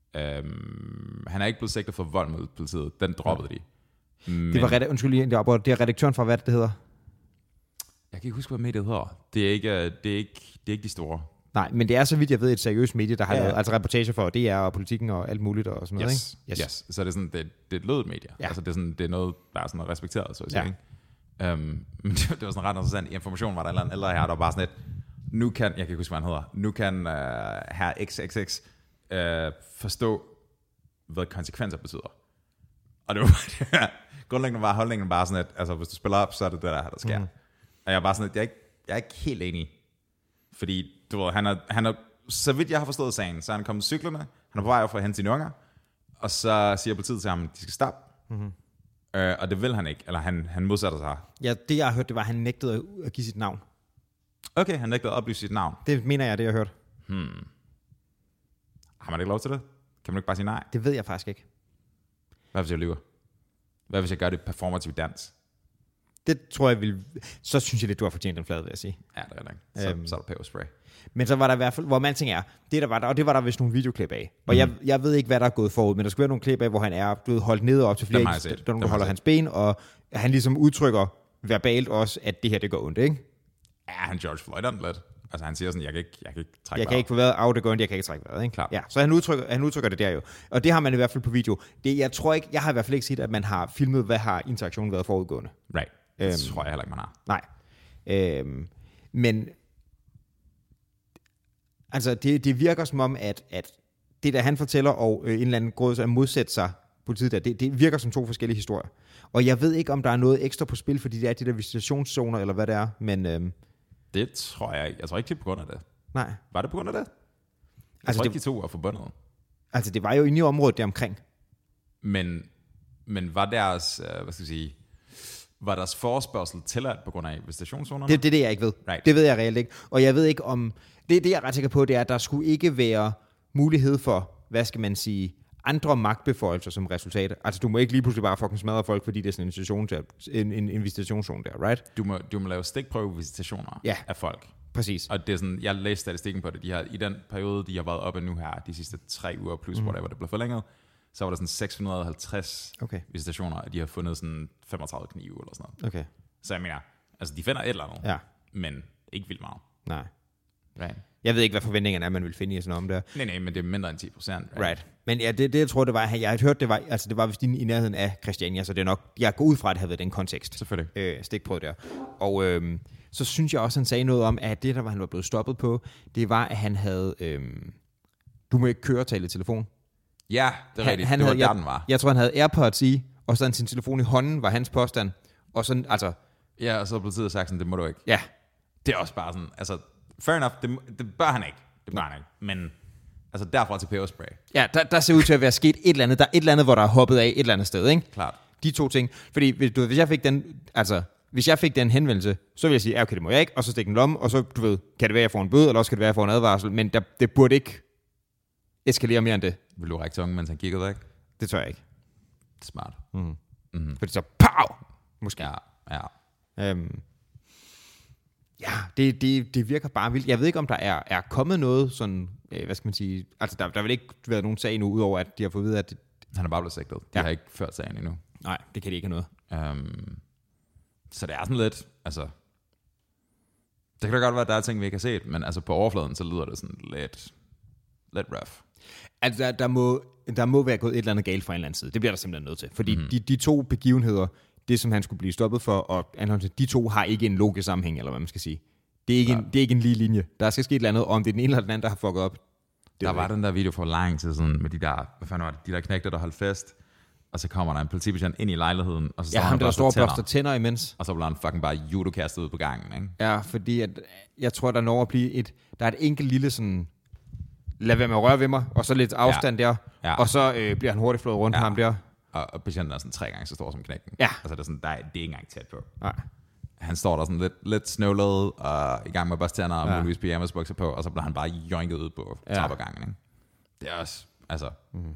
um, han er ikke blevet sigtet for vold mod politiet. Den droppede de. Men, det var red- undskyld lige, det er redaktøren fra, hvad det hedder? Jeg kan ikke huske, hvad mediet hedder. Det er ikke, det er ikke, det er ikke de store. Nej, men det er så vidt jeg ved et seriøst medie, der har ja. lavet altså reportager for D R og politikken og alt muligt og sådan noget, yes. ikke? Yes. yes. Så det er sådan, det, det er et lødet medie. Ja. Altså det er sådan, det er noget, der er sådan respekteret, så at sige. Ja. Um, men det, det var sådan ret interessant. I information var der en eller anden her, der var bare sådan et, nu kan, jeg kan ikke huske, hvad han hedder, nu kan uh, herr X X X uh, forstå, hvad konsekvenser betyder. Og det var grundlæggende var holdningen bare sådan, at altså, hvis du spiller op, så er det det der, der sker. Mm. Og jeg er bare sådan, at jeg er ikke, jeg er ikke helt enig. Fordi, du ved, han er, han er, så vidt jeg har forstået sagen, så er han kommet cyklerne, han er på vej over for at hente sine unger, og så siger politiet til ham, at de skal stoppe. Mm-hmm. Øh, og det vil han ikke, eller han, han modsætter sig. Ja, det jeg har hørt, det var, at han nægtede at give sit navn. Okay, han nægtede at oplyse sit navn. Det mener jeg, det jeg har hørt. Hmm. Har man ikke lov til det? Kan man ikke bare sige nej? Det ved jeg faktisk ikke. Hvad hvis jeg lyver? Hvad hvis jeg gør det performativ dans? Det tror jeg vil. Så synes jeg lidt, du har fortjent en flade, vil jeg sige. Ja, det er rigtigt. Så, øhm, så er der peberspray. Men så var der i hvert fald, hvor man ting er, det der var der, og det var der vist nogle videoklip af. Og mm. jeg, jeg ved ikke, hvad der er gået forud, men der skulle være nogle klip af, hvor han er blevet holdt nede op til flere, der, der nogen, der holder hans ben, og han ligesom udtrykker verbalt også, at det her, det går ondt, ikke? Ja, han George Floyd lidt. Altså han siger sådan, jeg kan ikke, jeg kan ikke trække Jeg kan ikke få været af, det går ondt, jeg kan ikke trække vejret, ikke? Klart. Ja, så han udtrykker, han udtrykker det der jo. Og det har man i hvert fald på video. Det, jeg tror ikke, jeg har i hvert fald ikke set, at man har filmet, hvad har interaktionen været forudgående. Right. Det øhm, tror jeg heller ikke, man har. Nej. Øhm, men Altså, det, det virker som om, at, at det, der han fortæller, og øh, en eller anden grund at modsætte sig politiet der, det, det virker som to forskellige historier. Og jeg ved ikke, om der er noget ekstra på spil, fordi det er de der visitationszoner, eller hvad det er, men... Øhm, det tror jeg ikke. Jeg tror ikke, det er på grund af det. Nej. Var det på grund af det? Jeg altså, tror det, ikke, de to var forbundet. Altså, det var jo inde i området deromkring. Men, men var deres, uh, hvad skal jeg sige, var deres forespørgsel tilladt på grund af visitationszonerne? Det, det er det, jeg ikke ved. Right. Det ved jeg reelt ikke. Og jeg ved ikke om... Det, det jeg er ret sikker på, det er, at der skulle ikke være mulighed for, hvad skal man sige, andre magtbeføjelser som resultat. Altså, du må ikke lige pludselig bare fucking smadre folk, fordi det er sådan en, visitation der, en, en, en visitationszone der, right? Du må, du må lave stikprøvevisitationer ja. af folk. Præcis. Og det er sådan, jeg læste statistikken på det. De har, i den periode, de har været oppe nu her, de sidste tre uger plus, mm. hvor det blev forlænget, så var der sådan seks hundrede og halvtreds okay. visitationer, og de har fundet sådan femogtredive knive eller sådan noget. Okay. Så jeg mener, altså de finder et eller andet, ja. men ikke vildt meget. Nej. Right. Jeg ved ikke, hvad forventningerne er, man vil finde i sådan om der. Nej, nej, men det er mindre end ti procent. Right. right. Men ja, det, det jeg tror, det var, jeg havde hørt, det var, altså det var vist i nærheden af Christiania, så det er nok, jeg går ud fra, at det havde været den kontekst. Selvfølgelig. Øh, stikprøve der. Og øh, så synes jeg også, han sagde noget om, at det, der var, han var blevet stoppet på, det var, at han havde, øh, du må ikke køre og tale i telefon. Ja, det er han, rigtigt. Han det var havde, der, jeg, den var. Jeg tror, han havde AirPods i, og så sin telefon i hånden, var hans påstand. Og sådan, altså... Ja, og så blev politiet sagt sådan, det må du ikke. Ja. Det er også bare sådan, altså, fair enough, det, det bør han ikke. Det bør han ikke. Men, altså, derfra til peberspray. Ja, der, der ser ud til at være sket et eller andet. Der er et eller andet, hvor der er hoppet af et eller andet sted, ikke? Klart. De to ting. Fordi, du ved, hvis jeg fik den, altså... Hvis jeg fik den henvendelse, så ville jeg sige, ja, okay, det må jeg ikke, og så stikke en lomme, og så, du ved, kan det være, jeg får en bøde, eller også kan det være, jeg får en advarsel, men der, det burde ikke eskalere mere end det. Vil du række tungen, mens han kiggede væk? Det tror jeg ikke. Smart. Mm. Mm-hmm. Fordi så, pow! Måske. Ja, ja. Øhm, ja, det, det, det virker bare vildt. Jeg ved ikke, om der er, er kommet noget sådan, øh, hvad skal man sige, altså der, der vil ikke været nogen sag nu, udover at de har fået at vide, at... Det, han er bare blevet sigtet. De ja. har ikke ført sagen endnu. Nej, det kan de ikke have noget. Um, så det er sådan lidt, altså... Det kan da godt være, at der er ting, vi ikke har set, men altså på overfladen, så lyder det sådan lidt, lidt rough. Altså, der, der, må, der må være gået et eller andet galt fra en eller anden side. Det bliver der simpelthen nødt til. Fordi mm-hmm. de, de to begivenheder, det som han skulle blive stoppet for, og de to har ikke en logisk sammenhæng, eller hvad man skal sige. Det er ikke, ja. en, det er ikke en lige linje. Der skal ske et eller andet, om det er den ene eller den anden, der har fucket op. Det der var ikke. Den der video for lang tid sådan, med de der, hvad fanden var det, de der knægter, der holdt fest, og så kommer der en politibetjent ind i lejligheden, og så står ja, han ham, der står og tænder, børster tænder imens. Og så bliver han fucking bare judokastet ud på gangen, ikke? Ja, fordi at, jeg tror, der når at blive et, der er et enkelt lille sådan, lad være med at røre ved mig, og så lidt afstand ja. der, ja. og så øh, bliver han hurtigt flået rundt ja. på ham der. Og, og betjenten er sådan tre gange så stor som knægten. Ja. Altså det er, sådan, der er, det er ikke engang tæt på. Nej. Han står der sådan lidt, lidt snøvlet, og i gang med at børste tænder, og ja. muligvis pyjamasbukser på, og så bliver han bare joinket ud på ja. trappegangen, ikke? Det er også, altså... Mm.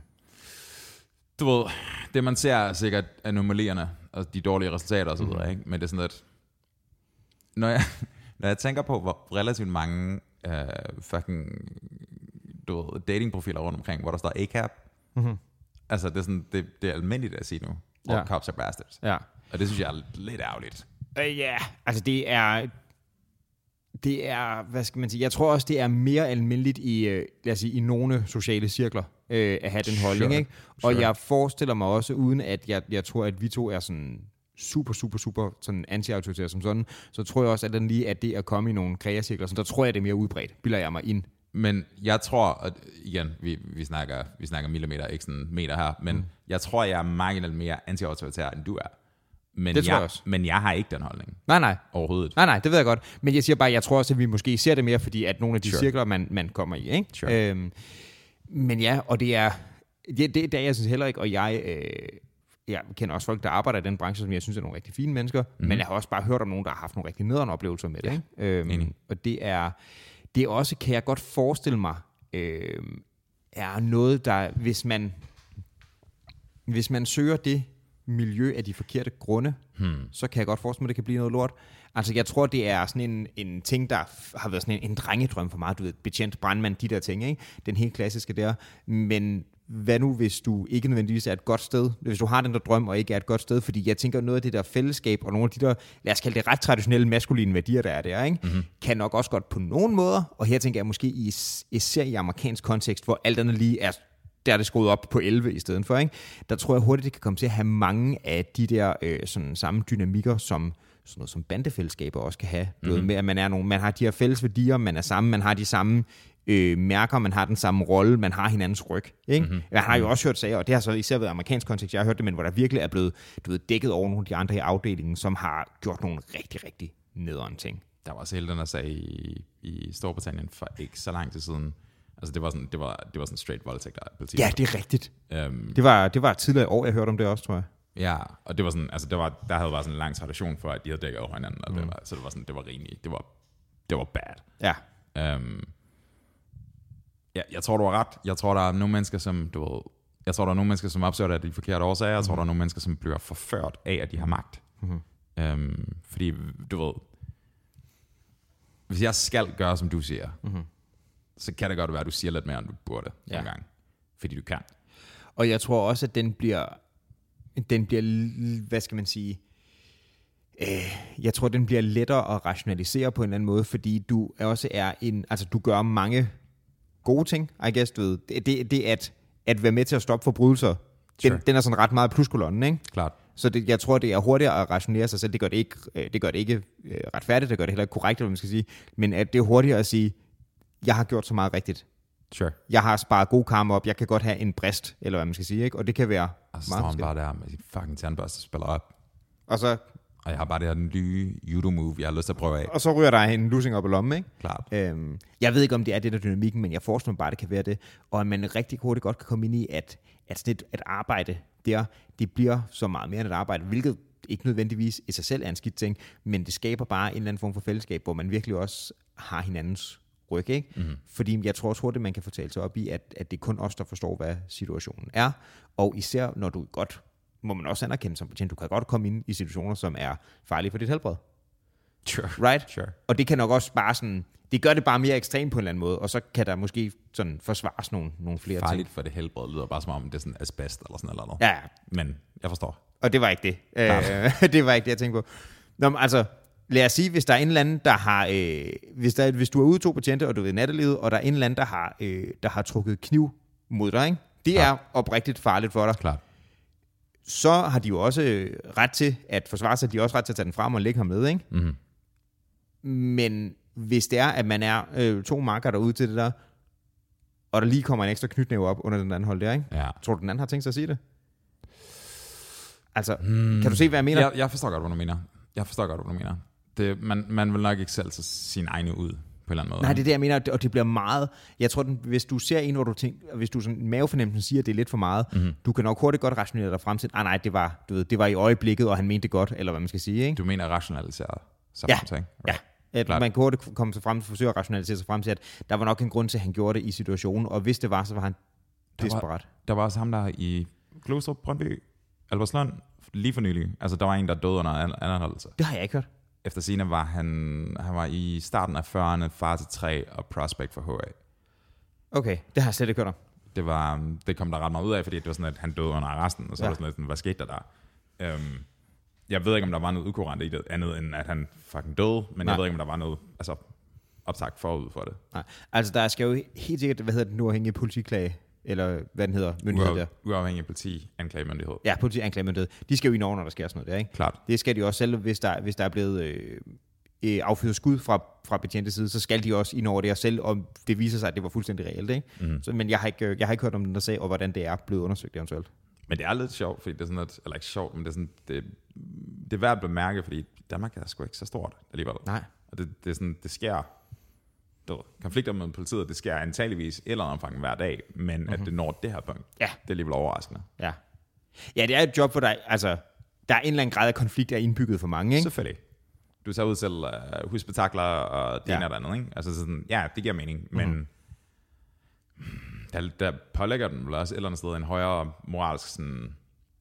Du ved, det man ser er sikkert anomalierne, og de dårlige resultater og så videre, mm. ikke? Men det er sådan lidt... Når jeg, når jeg tænker på, hvor relativt mange uh, fucking du ved, datingprofiler rundt omkring, hvor der står A C A P, mm-hmm. altså det er, sådan, det, det er almindeligt at sige nu, all ja. cops are bastards. Ja. Og det synes jeg er lidt ærgerligt. Ja, uh, yeah. altså det er... Det er, hvad skal man sige, jeg tror også, det er mere almindeligt i, øh, lad os sige, i nogle sociale cirkler øh, at have den holdning, sure. ikke? Og sure. Jeg forestiller mig også, uden at jeg, jeg tror, at vi to er sådan super, super, super sådan anti-autoritære som sådan, så tror jeg også, at den lige, at det at komme i nogle kreacirkler, så der tror jeg, det er mere udbredt, bilder jeg mig ind. Men jeg tror, at igen, vi, vi, snakker, vi snakker millimeter, ikke sådan meter her, men mm. jeg tror, jeg er marginalt mere anti-autoritær, end du er. Men det tror jeg, jeg også. Men jeg har ikke den holdning. Nej, nej. Overhovedet. Nej, nej, det ved jeg godt. Men jeg siger bare, jeg tror også, at vi måske ser det mere, fordi at nogle af de sure. cirkler, man, man kommer i, ikke? Sure. Øhm, men ja, og det er, det, det, det er jeg synes heller ikke, og jeg, øh, jeg kender også folk, der arbejder i den branche, som jeg synes er nogle rigtig fine mennesker, mm-hmm. men jeg har også bare hørt om nogen, der har haft nogle rigtig nederen oplevelser med det, ja. ikke? Øhm, og det er, det er også, kan jeg godt forestille mig, øh, er noget, der, hvis man, hvis man søger det, miljø af de forkerte grunde, hmm. så kan jeg godt forestille mig, at det kan blive noget lort. Altså, jeg tror, det er sådan en, en ting, der har været sådan en, en drengedrøm for mig, du ved, betjent, brandmand, de der ting, ikke? Den helt klassiske der. Men hvad nu, hvis du ikke nødvendigvis er et godt sted? Hvis du har den der drøm, og ikke er et godt sted, fordi jeg tænker, noget af det der fællesskab, og nogle af de der, lad os kalde det ret traditionelle maskuline værdier, der er der, ikke? Mm-hmm. Kan nok også godt på nogle måder, og her tænker jeg måske is- især i amerikansk kontekst, hvor alt andet lige er der er det skruet op på elleve i stedet for, ikke? Der tror jeg hurtigt, det kan komme til at have mange af de der øh, sådan samme dynamikker, som sådan noget som bandefællesskaber også kan have. Mm-hmm. Med, at man, er nogle, man har de her fælles værdier, man er sammen, man har de samme øh, mærker, man har den samme rolle, man har hinandens ryg. Ikke? Mm-hmm. Jeg har jo også hørt sager, og det har så især været amerikansk kontekst, jeg har hørt det, men hvor der virkelig er blevet, du ved, dækket over nogle af de andre i afdelingen, som har gjort nogle rigtig, rigtig nederen ting. Der var også hele den der sag i, i Storbritannien for ikke så lang tid siden. Altså det var sådan, det var, det var sådan straight voldtægt af politiet. Ja, det er rigtigt. Um, det, var, det var tidligere år, jeg hørte om det også, tror jeg. Ja, og det var sådan, altså det var, der havde været sådan en lang tradition for, at de havde dækket over hinanden, og mm. det var, så det var sådan, det var rimelig, det var, det var bad. Ja. Um, ja, jeg tror, du har ret. Jeg tror, der er nogle mennesker, som, du ved, jeg tror, der er nogle mennesker, som opsøger det af de forkerte årsager. Jeg mm. tror, der er nogle mennesker, som bliver forført af, at de har magt. Mm. Um, fordi, du ved, hvis jeg skal gøre, som du siger, mm. så kan det godt være, at du siger lidt mere, end du burde ja. nogle gange. Fordi du kan. Og jeg tror også, at den bliver, den bliver, hvad skal man sige, øh, jeg tror, den bliver lettere at rationalisere på en eller anden måde, fordi du også er en, altså du gør mange gode ting, I guess, du ved. Det, det, det at, at være med til at stoppe forbrydelser, sure. den, den er sådan ret meget pluskolonnen, ikke? Klart. Så det, jeg tror, det er hurtigere at rationere sig selv. Det gør det ikke, det gør det ikke retfærdigt, det gør det heller ikke korrekt, hvad man skal sige. Men at det er hurtigere at sige, jeg har gjort så meget rigtigt. Sure. Jeg har sparet gode karma op, jeg kan godt have en brist, eller hvad man skal sige, ikke? Og det kan være og så meget forskelligt. Og så står han bare der med sin fucking tandbørste og spiller op. Og så... Og jeg har bare det her nye judo-move, jeg har lyst til at prøve af. Og så ryger der en losing op i lommen, ikke? Klart. Øhm, jeg ved ikke, om det er det der dynamikken, men jeg forestiller mig bare, det kan være det. Og at man rigtig hurtigt godt kan komme ind i, at, at sådan et, et arbejde der, det bliver så meget mere end et arbejde, hvilket ikke nødvendigvis i sig selv er en skidt ting, men det skaber bare en eller anden form for fællesskab, hvor man virkelig også har hinandens ryg, ikke? Mm-hmm. Fordi jeg tror også hurtigt, man kan fortælle sig op i, at, at det er kun os, der forstår, hvad situationen er. Og især når du godt, må man også anerkende som betjent, du kan godt komme ind i situationer, som er farlige for dit helbred. Sure. Right? Sure. Og det kan nok også bare sådan, det gør det bare mere ekstremt på en eller anden måde, og så kan der måske sådan forsvares nogle, nogle flere farligt ting. Farligt for det helbred lyder bare som om, det er sådan asbest eller sådan noget. Ja. Men jeg forstår. Og det var ikke det. Øh, det var ikke det, jeg tænkte på. Nå, men altså, lad os sige, hvis der er en eller anden, der har, øh, hvis, der, hvis du er ude to betjente, og du er i nattelivet, og der er en eller anden, der har, øh, der har trukket kniv mod dig, ikke? Det ja. er oprigtigt farligt for dig. Klart. Så har de jo også øh, ret til at forsvare sig, de har også ret til at tage den frem og lægge ham ned, ikke? Mm-hmm. Men hvis det er, at man er øh, to marker derude til det der, og der lige kommer en ekstra knytnæve op under den anden hold der, ikke? Ja. Tror du, den anden har tænkt sig at sige det? Altså, hmm. kan du se, hvad jeg mener? Jeg, jeg forstår godt, hvad du mener. Jeg forstår godt, hvad du mener. Det, man, man vil nok ikke selv tage sin egne ud på en eller anden måde. Nej, det er det, jeg mener, og det bliver meget... Jeg tror, den, hvis du ser en, hvor du tænker, hvis du sådan mavefornemmelsen siger, at det er lidt for meget, mm-hmm. du kan nok hurtigt godt rationere dig frem til, ah nej, det var, du ved, det var i øjeblikket, og han mente det godt, eller hvad man skal sige, ikke? Du mener rationaliseret sig ja. frem til, ikke? Right. Ja. At man kan hurtigt komme sig frem til, forsøge at rationalisere sig frem til, at der var nok en grund til, at han gjorde det i situationen, og hvis det var, så var han der desperat. Var, der var også ham, der i Glostrup, Brøndby, Albertslund, lige for nylig. Altså, der var en, der døde under anholdelse. Det har jeg ikke hørt. Efter sigende var han, han var i starten af fyrrerne, far til tre og prospect for H A. Okay, det har jeg slet ikke hørt om. Det, var, det kom der ret meget ud af, fordi det var sådan, at han døde under arresten, og så ja. var sådan lidt, hvad skete der der? Um, jeg ved ikke, om der var noget udkurrent i det, andet end at han fucking døde, men Nej. jeg ved ikke, om der var noget altså, opsagt forud for det. Nej, altså der skal jo helt sikkert, hvad hedder det nu, uafhængig politiklage, eller hvad den hedder, myndighed der. Uafhængig politi, anklagemyndighed. Ja, politi, anklagemyndighed. De skal jo ind over, når der sker sådan noget der, ikke? Klart. Det skal de også selv, hvis der, hvis der er blevet øh, øh, affyret skud fra, fra betjentes side, så skal de også ind over det, og selv om det viser sig, at det var fuldstændig reelt, ikke? Mm. Så, men jeg har, ikke, jeg har ikke hørt om den der sag, og hvordan det er blevet undersøgt eventuelt. Men det er lidt sjovt, fordi det er sådan, at, eller ikke sjovt, men det er sådan, det, det er værd at bemærke, fordi Danmark er sgu ikke så stort alligevel. Nej. Og det, det er sådan, det sker... konflikter med politiet, det sker antageligvis et eller andet omfang hver dag, men mm-hmm. at det når det her punkt, ja. det er alligevel overraskende. Ja. Ja, det er et job, hvor der, altså, der er en eller anden grad af konflikt, der er indbygget for mange, ikke? Selvfølgelig. Du tager ud til uh, husbetakler og det ja. ene og det andet, ikke? Altså sådan, ja, det giver mening, men mm-hmm. der, der pålægger den vel også et eller andet sted en højere moralsk sådan,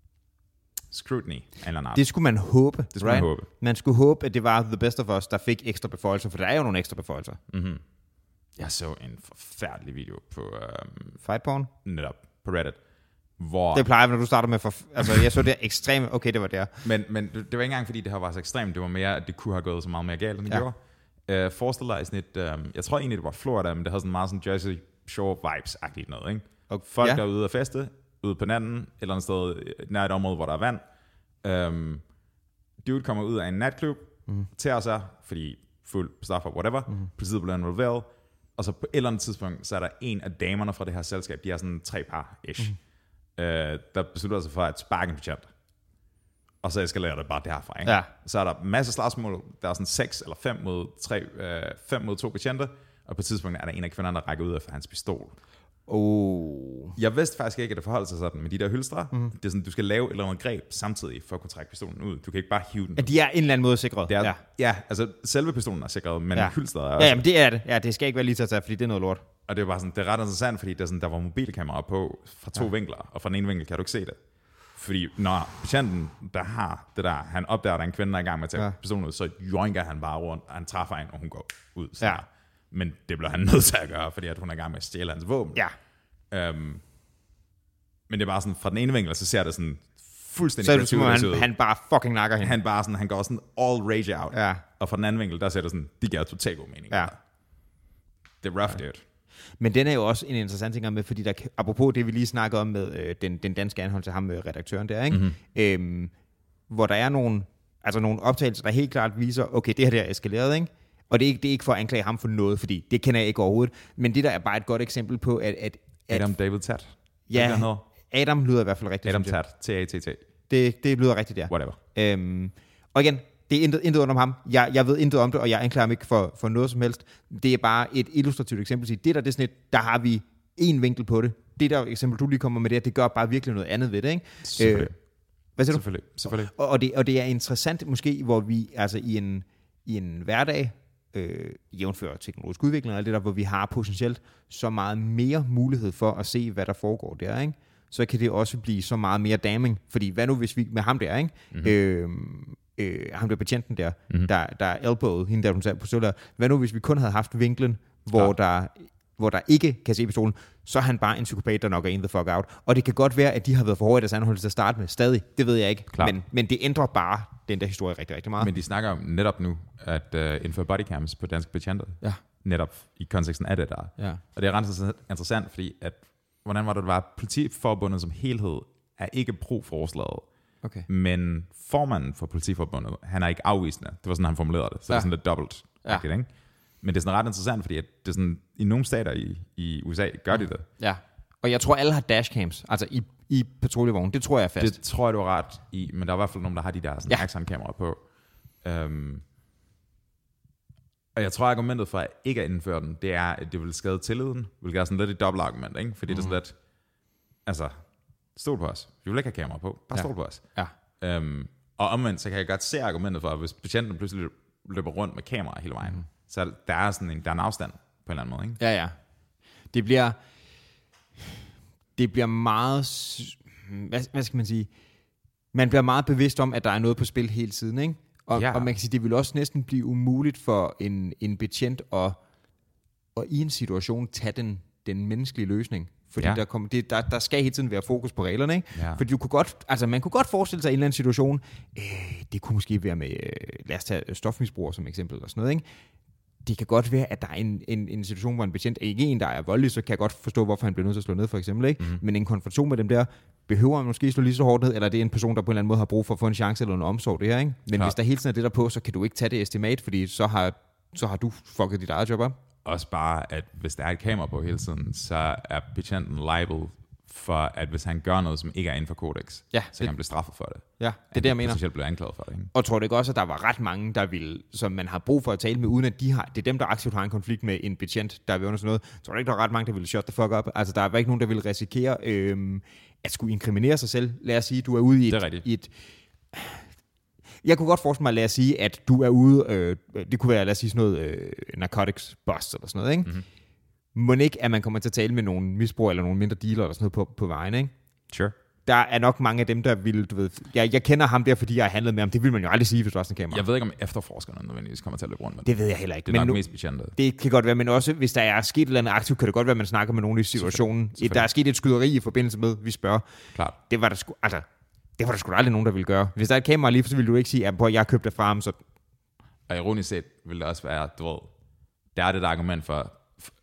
scrutiny eller noget. Det skulle man håbe. Det skulle right? man håbe. Man skulle håbe, at det var the best of us, der fik ekstra beføjelser, for der er jo nogle ekstra beføjelser. Mm-hmm. Jeg så en forfærdelig video på... Um, Fight porn? Netop, på Reddit. Hvor... Det plejer, når du starter med... For, altså, jeg så det ekstremt... Okay, det var der. Men, men det var ikke engang, fordi det her var så ekstremt. Det var mere, at det kunne have gået så meget mere galt, end det ja. gjorde. Uh, forestil dig sådan et... Um, jeg tror egentlig, det var Florida, men det havde sådan meget sådan Jersey Shore vibes-agtigt noget, ikke? Og folk ja. er ude at feste, ude på natten, et eller andet sted nær et område, hvor der er vand. Øhm, dude kommer ud af en natklub, mm. tager sig, fordi fuld stoffer, whatever, mm. politiet bliver involveret, og så på et eller andet tidspunkt, så er der en af damerne fra det her selskab, de har sådan tre par-ish, mm. øh, der beslutter sig for at sparke en betjent. Og så eskalerer det bare derfra, ikke? Ja. Så er der masser af slagsmål, der er sådan seks eller fem mod, tre, øh, fem mod to betjente, og på et tidspunkt er der en af kvinderne, der rækker ud efter hans pistol. Oh. Jeg vidste faktisk ikke, at det forholdt sig sådan med de der hylstre. Mm. Det er sådan, du skal lave et eller andet greb samtidig, for at kunne trække pistolen ud. Du kan ikke bare hive den. At de er en eller anden måde sikret. Det er, ja. ja, altså selve pistolen er sikret, men ja. hylstret er også. Ja, jamen det er det. Ja, det skal ikke være lige til at tage, fordi det er noget lort. Og det er bare sådan, det er ret interessant, fordi der, sådan, der var mobilkameraer på fra to ja. vinkler, og fra den ene vinkel kan du ikke se det. Fordi når patienten, der har det der, han opdager, at der er en kvinde, der er i gang med at tage ja. pistolen ud, så joinker han bare rundt, og han træffer en, og hun går ud. Så ja. Men det bliver han nødt til at gøre, fordi at hun er i gang med at stjæle hans våben. Ja. Um, men det er bare sådan, fra den ene vinkel, så ser det sådan fuldstændig... Så er det som han, han bare fucking nakker hende. Han bare sådan, han går sådan all rage out. Ja. Og fra den anden vinkel, der ser det sådan, de giver totalt god mening. Ja. Det er rough, ja. dude. Men den er jo også en interessant ting med, fordi der, apropos det, vi lige snakkede om med øh, den, den danske anhold til ham med redaktøren der, ikke? Mm-hmm. Øhm, hvor der er nogle, altså nogle optagelser, der helt klart viser, okay, det her der er eskaleret, ikke? Og det er, ikke, det er ikke for at anklage ham for noget, fordi det kender jeg ikke overhovedet. Men det der er bare et godt eksempel på, at... at, at Adam David Tat. Ja, Adam lyder i hvert fald rigtigt. Adam Tat. T A T T. Det, det lyder rigtigt, ja. Whatever. Øhm, og igen, det er intet, intet under ham. Jeg, jeg ved intet om det, og jeg anklager ham ikke for, for noget som helst. Det er bare et illustrativt eksempel. Det der, det er sådan et, der har vi en vinkel på det. Det der eksempel, du lige kommer med det, det gør bare virkelig noget andet ved det, ikke? Selvfølgelig. Øh, hvad siger du? Selvfølgelig. Selvfølgelig. Og, og, det, og det er interessant måske, hvor vi altså i en, i en hverdag, øh, jævnfører teknologisk udvikling, og det der, hvor vi har potentielt så meget mere mulighed for at se, hvad der foregår der, ikke? Så kan det også blive så meget mere damning. Fordi hvad nu, hvis vi med ham der, ikke? Mm-hmm. Øh, øh, ham der betjenten der, mm-hmm. der, der elbowede hende der, hun sagde på støller. Hvad nu, hvis vi kun havde haft vinklen, hvor der, hvor der ikke kan se pistolen, så er han bare en psykopat, der nok er in the fuck out. Og det kan godt være, at de har været for hårde i deres anholdelse at starte med. Stadig, det ved jeg ikke. Men, men det ændrer bare den der historie rigtig, rigtig meget. Men de snakker om netop nu, at uh, indføre bodycams på danske betjenter. Ja. Netop i konteksten af det der. Ja. Og det er ret interessant, fordi at, hvordan var det, det var, politiforbundet som helhed er ikke pro-forslaget. Okay. Men formanden for politiforbundet, han er ikke afvisende. Det var sådan, han formulerede det. Så ja. Det er sådan lidt dobbelt. Ja. Okay, ikke? Men det er sådan ret interessant, fordi at det er sådan, i nogle stater i, i U S A gør de det. Ja, og jeg tror, alle har dashcams, altså i, i patruljevognen. Det tror jeg er fast. Det tror jeg, du har ret i, men der er i hvert fald nogen, der har de der sådan ja. Axon-kameraer på. Um, og jeg tror, argumentet for at ikke at indføre den, det er, at det vil skade tilliden. Vil gøre sådan lidt et dobbelt argument, ikke? Fordi mm. det er sådan lidt, altså, stol på os. Vi vil ikke have kamera på. Bare ja. stol på os. Ja. Um, og omvendt, så kan jeg godt se argumentet for, at hvis patienten pludselig løber rundt med kamera hele vejen, mm. så der er sådan en, der er en afstand på en eller anden måde, ikke? Ja, ja. Det bliver, det bliver meget, hvad, hvad skal man sige, man bliver meget bevidst om, at der er noget på spil hele tiden, ikke? Og, ja. og man kan sige, det vil også næsten blive umuligt for en, en betjent at, at i en situation tage den, den menneskelige løsning. Fordi ja. der, kom, det, der, der skal hele tiden være fokus på reglerne, ikke? Ja. Fordi du kunne godt, altså man kunne godt forestille sig en eller anden situation, øh, det kunne måske være med, øh, lad os tage stofmisbrugere som eksempel, eller sådan noget, ikke? Det kan godt være, at der er en, en, en situation, hvor en betjent, ikke en, der er voldelig, så kan jeg godt forstå, hvorfor han bliver nødt til at slå ned, for eksempel, ikke? Mm-hmm. Men en konfrontation med dem der, behøver man måske slå lige så hårdt ned, eller det er en person, der på en eller anden måde har brug for at få en chance eller en omsorg, det her, ikke? Men klar. Hvis der hele tiden er det der på, så kan du ikke tage det estimat, fordi så har, så har du fucket dit eget job op. Også bare, at hvis der er et kamera på hele tiden, så er betjenten liable for, at hvis han gør noget, som ikke er inden for kodex, ja, så det, kan han blive straffet for det. Ja, det er det, jeg mener. Potentielt bliver anklaget for det, ikke? Og tror du ikke også, at der var ret mange, der ville, som man har brug for at tale med, uden at de har, det er dem, der aktivt har en konflikt med en betjent, der vil under sådan noget. Tror du ikke, der er ret mange, der ville shut the fuck up? Altså, der er ikke nogen, der vil risikere øhm, at skulle inkriminere sig selv. Lad os sige, du er ude i et... I et jeg kunne godt forestille mig, lad os sige, at du er ude, øh, det kunne være, lad os sige, sådan noget øh, narcotics bust eller sådan noget, ikke? Mm-hmm. Må ikke, at man kommer til at tale med nogle misbrugere eller nogle mindre dealer eller sådan noget på, på vejen, ikke? Sure. Der er nok mange af dem, der vil, du ved... Jeg, jeg kender ham der, fordi jeg har handlet med ham. Det vil man jo aldrig sige, hvis du har sådan en kamera. Jeg ved ikke, om efterforskerne nødvendigvis kommer til at løbe rundt med det. Det ved jeg heller ikke. Det er men nok nu, mest betjente. Det kan godt være, men også hvis der er sket et eller andet aktivt, kan det godt være, at man snakker med nogen i situationen. Selvfølgelig. Selvfølgelig. Der er sket et skyderi i forbindelse med, vi spørger. Klart. Det var der sgu... Altså, det var der sgu aldrig nogen, der ville gøre. Hvis der er et kamera lige, så ville du ikke sige, at jeg købte det fra ham, så... Og ironisk set vil det også være, du ved, der er det et argument for,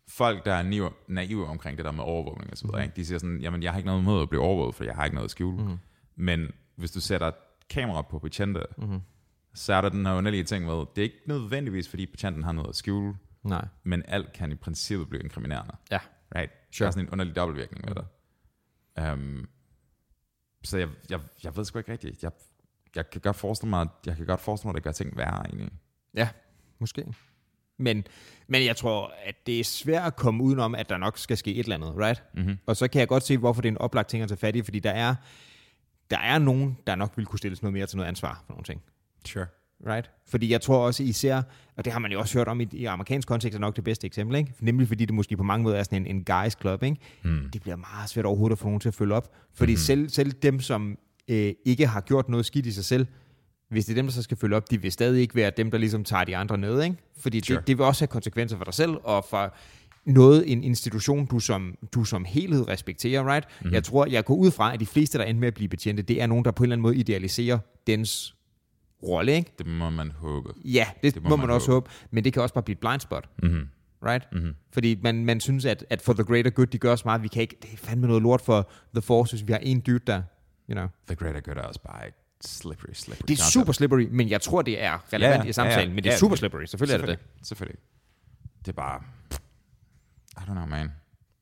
folk, der er naive, naive omkring det der med overvågning og så videre, mm. de siger sådan, jamen jeg har ikke noget imod at blive overvåget, for jeg har ikke noget at skjule. Mm. Men hvis du sætter kamera på betjente, mm. så er der den her underlige ting med, det er ikke nødvendigvis, fordi betjenten har noget at skjule, nej. Men alt kan i princippet blive inkriminerende. Ja. Right? Sure. Der er sådan en underlig dobbeltvirkning med det. Um, så jeg, jeg, jeg ved sgu ikke rigtigt. Jeg, jeg kan godt forestille mig, jeg kan godt forestille mig, at det gør ting værre egentlig. Ja, måske. Men, men jeg tror, at det er svært at komme udenom, at der nok skal ske et eller andet, right? Mm-hmm. Og så kan jeg godt se, hvorfor det er en oplagt ting at tage fat i, fordi der er, der er nogen, der nok vil kunne stilles noget mere til noget ansvar for nogle ting. Sure. Right? Fordi jeg tror også især, og det har man jo også hørt om i, i amerikansk kontekst, er nok det bedste eksempel, ikke? Nemlig fordi det måske på mange måder er sådan en, en guys club, ikke? Mm. Det bliver meget svært overhovedet at få nogen til at følge op. Fordi mm. selv, selv dem, som øh, ikke har gjort noget skidt i sig selv, hvis det er dem, der så skal følge op, de vil stadig ikke være dem, der ligesom tager de andre ned, ikke? Fordi sure. det, det vil også have konsekvenser for dig selv, og for noget, en institution, du som, du som helhed respekterer, right? Mm. Jeg tror, jeg går ud fra, at de fleste, der ender med at blive betjente, det er nogen, der på en eller anden måde idealiserer dens rolle, ikke? Det må man håbe. Ja, det, det må, må man, man også håbe. håbe. Men det kan også bare blive et blind spot. Mm-hmm. Right? Mm-hmm. Fordi man, man synes, at, at for the greater good, de gør så meget, vi kan ikke, det er fandme noget lort for the force, hvis vi har en dude, der, you know. The greater good er også bare et slippery, slippery. Det er concept. Super slippery, men jeg tror, det er relevant ja, i samtalen, ja, ja. men det er ja, super slippery. Selvfølgelig, selvfølgelig er det det. Selvfølgelig. Det er bare, I don't know, man.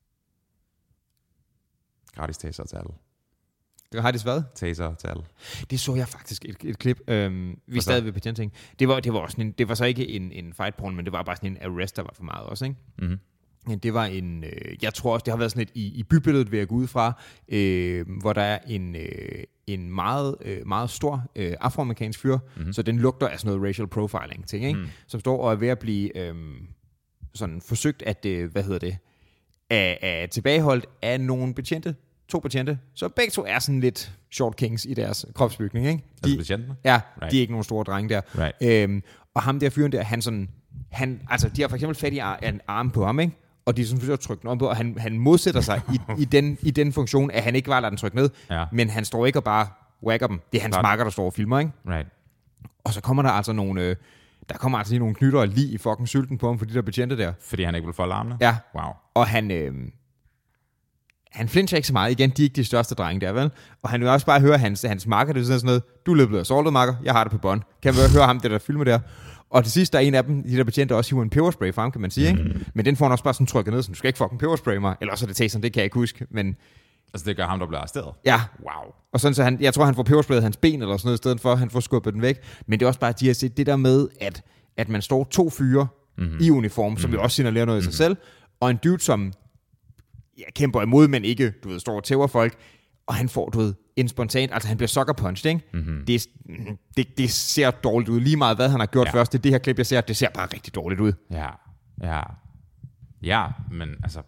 Gratis taser til alle. Har det hvad? Taser til alle. Det så jeg faktisk et, et klip. Øhm, vi er stadig ved betjentting. Det var, det var også en, det var så ikke en, en fight porn, men det var bare sådan en arrest, der var for meget også, ikke? Mm-hmm. Men det var en, øh, jeg tror også, det har været sådan et i, i bybilledet, vil jeg gå ud fra, øh, hvor der er en, øh, en meget, øh, meget stor øh, afroamerikansk fyr, mm-hmm. så den lugter af sådan noget racial profiling ting, ikke? Mm. Som står og er ved at blive øh, sådan forsøgt at, øh, hvad hedder det, af, af tilbageholdt af nogle betjente, to betjente, så begge to er sådan lidt short kings i deres kropsbygning, ikke? De, altså betjentene? Ja, right. De er ikke nogen store drenge der. Right. Øhm, og ham der fyren der, han sådan, han, altså de har for eksempel fat i ar- en arm på ham, ikke? Og de sådan forsøger at trykke den om på, og han, han modsætter sig i, i, den, i den funktion, at han ikke bare lader den trykke ned, ja. Men han står ikke og bare whacker dem. Det er hans Right. makker, der står og filmer, ikke? Right. Og så kommer der altså nogle, øh, der kommer altså lige nogle knytter og lige i fucking sylten på ham, for de der betjente der. Fordi han ikke vil folde armene? Ja. Wow. Og han, øh, han flincher ikke så meget. Igen, de er ikke de største drenge der, vel? Og han vil også bare høre hans, hans makker, det er sådan noget, du er løbet af sortet, makker, jeg har det på bånd. Kan man høre ham, det der filmer der? Og til sidst, der er en af dem, de der betjente, også hiver en peberspray frem, kan man sige, ikke? Mm. Men den får han også bare sådan trykket ned, så du skal ikke fucking peberspray mig. Eller også er det taseren, det kan jeg ikke huske, men... Altså det gør ham, der bliver arresteret? Ja. Wow. Og sådan så han, jeg tror, han får pebersprayet hans ben eller sådan noget, i stedet for, han får skubbet den væk. Men det er også bare, de har set det der med, at, at man står to fyre mm-hmm. i uniform, mm-hmm. som vi også signalerer noget mm-hmm. i sig selv, og en dude, som ja, kæmper imod, men ikke, du ved, står og tæver folk, og han får, du ved, en spontan, altså han bliver sucker punched, ikke? Mm-hmm. Det, det, det ser dårligt ud. Lige meget, hvad han har gjort ja. først, det, det her klip, jeg ser, det ser bare rigtig dårligt ud. Ja, ja. Ja, men altså...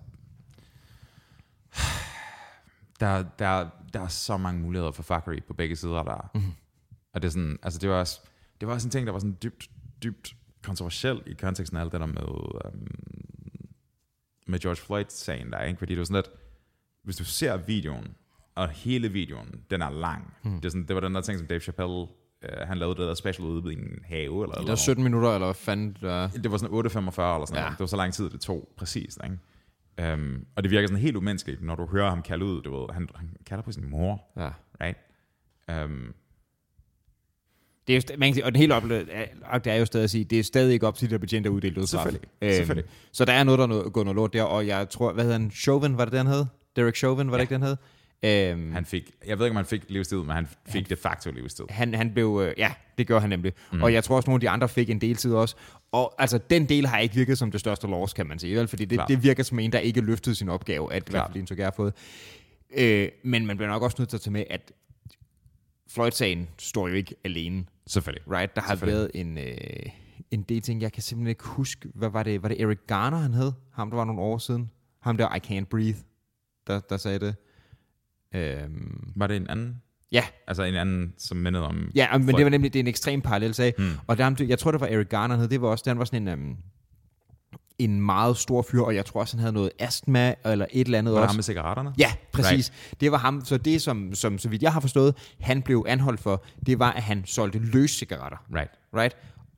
Der, der, der er så mange muligheder for fuckery på begge sider der. Mm-hmm. Og det er sådan, altså det var også, det var også en ting, der var sådan dybt, dybt kontroversiel i konteksten af alt det der med, um, med George Floyd-sagen der, ikke? Fordi det var sådan lidt, hvis du ser videoen, og hele videoen, den er lang. Mm. Det, er sådan, det var den der ting, som Dave Chappelle, uh, han lavede det der special ude i en have. Eller det var sytten minutter, eller hvad fanden? Der... Det var sådan otte femogfyrre eller sådan ja. noget. Det var så lang tid, det tog præcis, ikke? Um, og det virker sådan helt umenneskeligt, når du hører ham kalde ud, du ved, han, han kalder på sin mor, ja. Right? Um, det er jo, man kan sige, og den hele oplevelse er jo stadig at sige, det er stadig ikke op til de der betjente uddelt udstraf. Selvfølgelig, um, selvfølgelig. Så der er noget, der går noget lort der, og jeg tror, hvad hedder han, Chauvin, var det den hed? Derek Chauvin, var ja. det ikke den hed? Um, han fik, jeg ved ikke, om han fik livstid, men han fik han, de facto livstid. Han, han blev, øh, ja, det gør han nemlig. Mm. Og jeg tror også, nogle af de andre fik en deltid også. Og altså, den del har ikke virket som det største loss, kan man sige. Vel? Fordi det, det virker som en, der ikke løftede sin opgave, at i hvert fald Indtryk har fået. Øh, men man bliver nok også nødt til at tage med, at Floyd-sagen står jo ikke alene. Selvfølgelig. Right? Der har været en, øh, en del ting, jeg kan simpelthen ikke huske. Hvad var det? Var det Eric Garner, han hed? Ham, der var nogle år siden. Ham der, I Can't Breathe, der, der sagde det. Øhm, var det en anden? Ja. Altså en anden, som mindede om... Ja, men det var nemlig det er en ekstrem parallel sag. Hmm. Og der, jeg tror, det var Eric Garner, det var også, han var sådan en, um, en meget stor fyr, og jeg tror også, han havde noget astma, eller et eller andet var også. Var det ham med cigaretterne? Ja, præcis. Right. Det var ham, så det som, som, så vidt jeg har forstået, han blev anholdt for, det var, at han solgte løs cigaretter. Right. Right?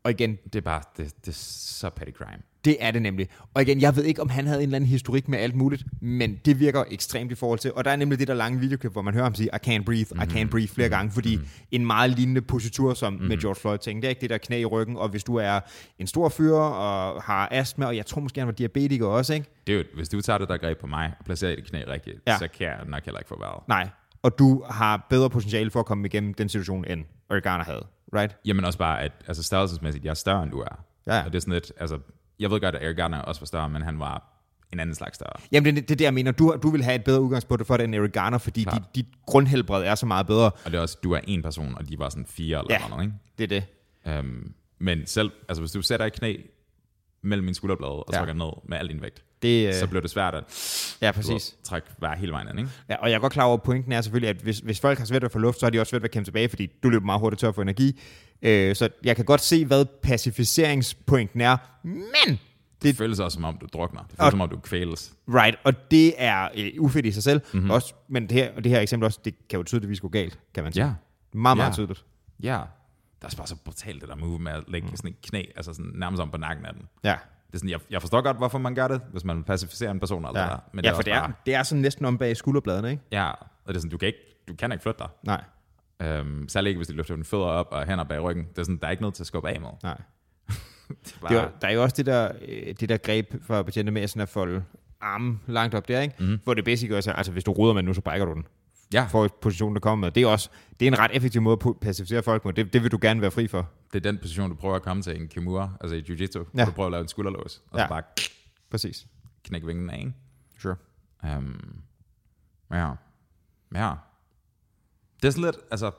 Og igen, det er bare, det, det er så petty crime. Det er det nemlig. Og igen, jeg ved ikke, om han havde en eller anden historik med alt muligt, men det virker ekstremt i forhold til. Og der er nemlig det der lange videoklip, hvor man hører ham sige, I can't breathe, mm-hmm. I can't breathe flere mm-hmm. gange, fordi mm-hmm. en meget lignende positur som mm-hmm. med George Floyd-ting. Det er ikke det der knæ i ryggen, og hvis du er en stor fyr og har astma, og jeg tror måske, han var diabetiker også, ikke? Det er jo, hvis du tager det der greb på mig og placerer det knæ rigtigt, ja. så kan jeg nok heller ikke få været. Nej, og du har bedre potentiale for at komme igennem den situation, end Eric Garner havde, right? Jamen også bare, at altså, størrelsesmæssigt, jeg er større, end du er. Ja. Og det er sådan lidt, altså, jeg ved godt, at Eric Garner også var større, men han var en anden slags større. Jamen, det er det, jeg mener. Du, du vil have et bedre udgangspunkt for det end Eric Garner, fordi dit, dit grundhelbred er så meget bedre. Og det er også, du er en person, og de var sådan fire eller ja, noget, ikke? det er det. Um, men selv, altså hvis du sætter et knæ mellem mine skulderblade og ja. trykker ned med al din vægt, det, øh... så bliver det svært at ja, præcis. trække hver hele vejen ind, ikke? Ja, og jeg er godt klar over, at pointen er selvfølgelig, at hvis, hvis folk har svært ved at få luft, så har de også svært ved at kæmpe tilbage, fordi du løber meget hurtigt tør for energi. Øh, så jeg kan godt se, hvad pacificeringspointen er, men det, det føles også, som om du drukner. Det føles, og, som om du kvæles. Right, og det er øh, ufedt i sig selv. Mm-hmm. Også, men det her, det her eksempel også, det kan jo tydeligvis gå galt, kan man sige. Ja. Meget, meget ja. tydeligt. Ja. Der er bare så brutalt, det der move med at lægge mm. sådan en knæ, altså sådan nærmest om på nakken af den. Ja. Det er sådan, jeg, jeg forstår godt, hvorfor man gør det, hvis man pacificerer en person eller ja. der. Men ja, det er for det er, bare, det er sådan næsten om bag skulderbladene, ikke? Ja, og det er sådan, du kan ikke, du kan ikke flytte dig. Nej. Øhm, særligt ikke, hvis de løfter dine fødder op og hænder bag ryggen. Det er sådan, der er ikke noget til at skubbe af med. Nej. det er bare... det er, der er jo også det der, det der greb for betjente med sådan at folde armen langt op der, ikke? Mm. Hvor det basic også er, altså hvis du ruder med nu, så brækker du den. Ja. For positionen, der kommer med. Det er også, det er en ret effektiv måde at pacificere folk med. Det, det vil du gerne være fri for. Det er den position, du prøver at komme til i en kimura, altså i jiu-jitsu, ja. hvor du prøver at lave en skulderlås, og ja. så bare præcis. knække vingen af, ikke? Sure. Um, ja. Ja. Det er sådan lidt, altså...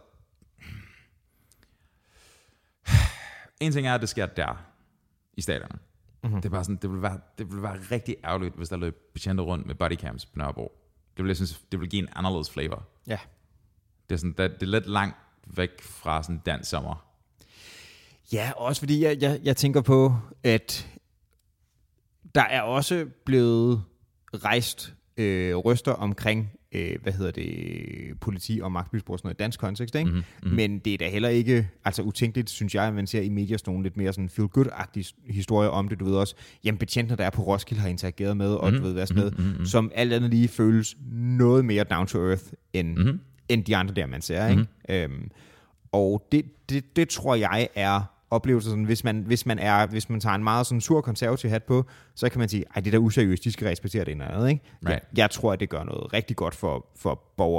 En ting er, at det sker der, i stadion. Mm-hmm. Det er bare sådan, det vil være, det vil være rigtig ærgerligt, hvis der løb betjente rundt med bodycams på Nørrebro. Det vil, jeg synes, det vil give en anderledes flavor. Ja. Det er, sådan, det, det er lidt langt væk fra sådan dansk sommer. Ja, også fordi jeg, jeg, jeg tænker på, at der er også blevet rejst øh, røster omkring, øh, hvad hedder det, politi og magtmisbrug, sådan noget i dansk kontekst, ikke? Mm-hmm, mm-hmm. Men det er da heller ikke, altså utænkeligt, synes jeg, at man ser i medier sådan nogle lidt mere sådan feel-good-agtige historier om det, du ved også, jamen betjentene, der er på Roskilde, har interageret med, og mm-hmm, du ved hvad sådan noget, mm-hmm. som alt andet lige føles noget mere down to earth, end, mm-hmm. end de andre der, man ser, ikke? Mm-hmm. Øhm, og det, det, det tror jeg er oplevelser, sådan, hvis man, hvis man er, hvis man tager en meget sådan sur konservativ hat på, så kan man sige, ej, det er da useriøst, de skal respektere det eller andet, ikke? Right. Jeg, jeg tror, at det gør noget rigtig godt for, for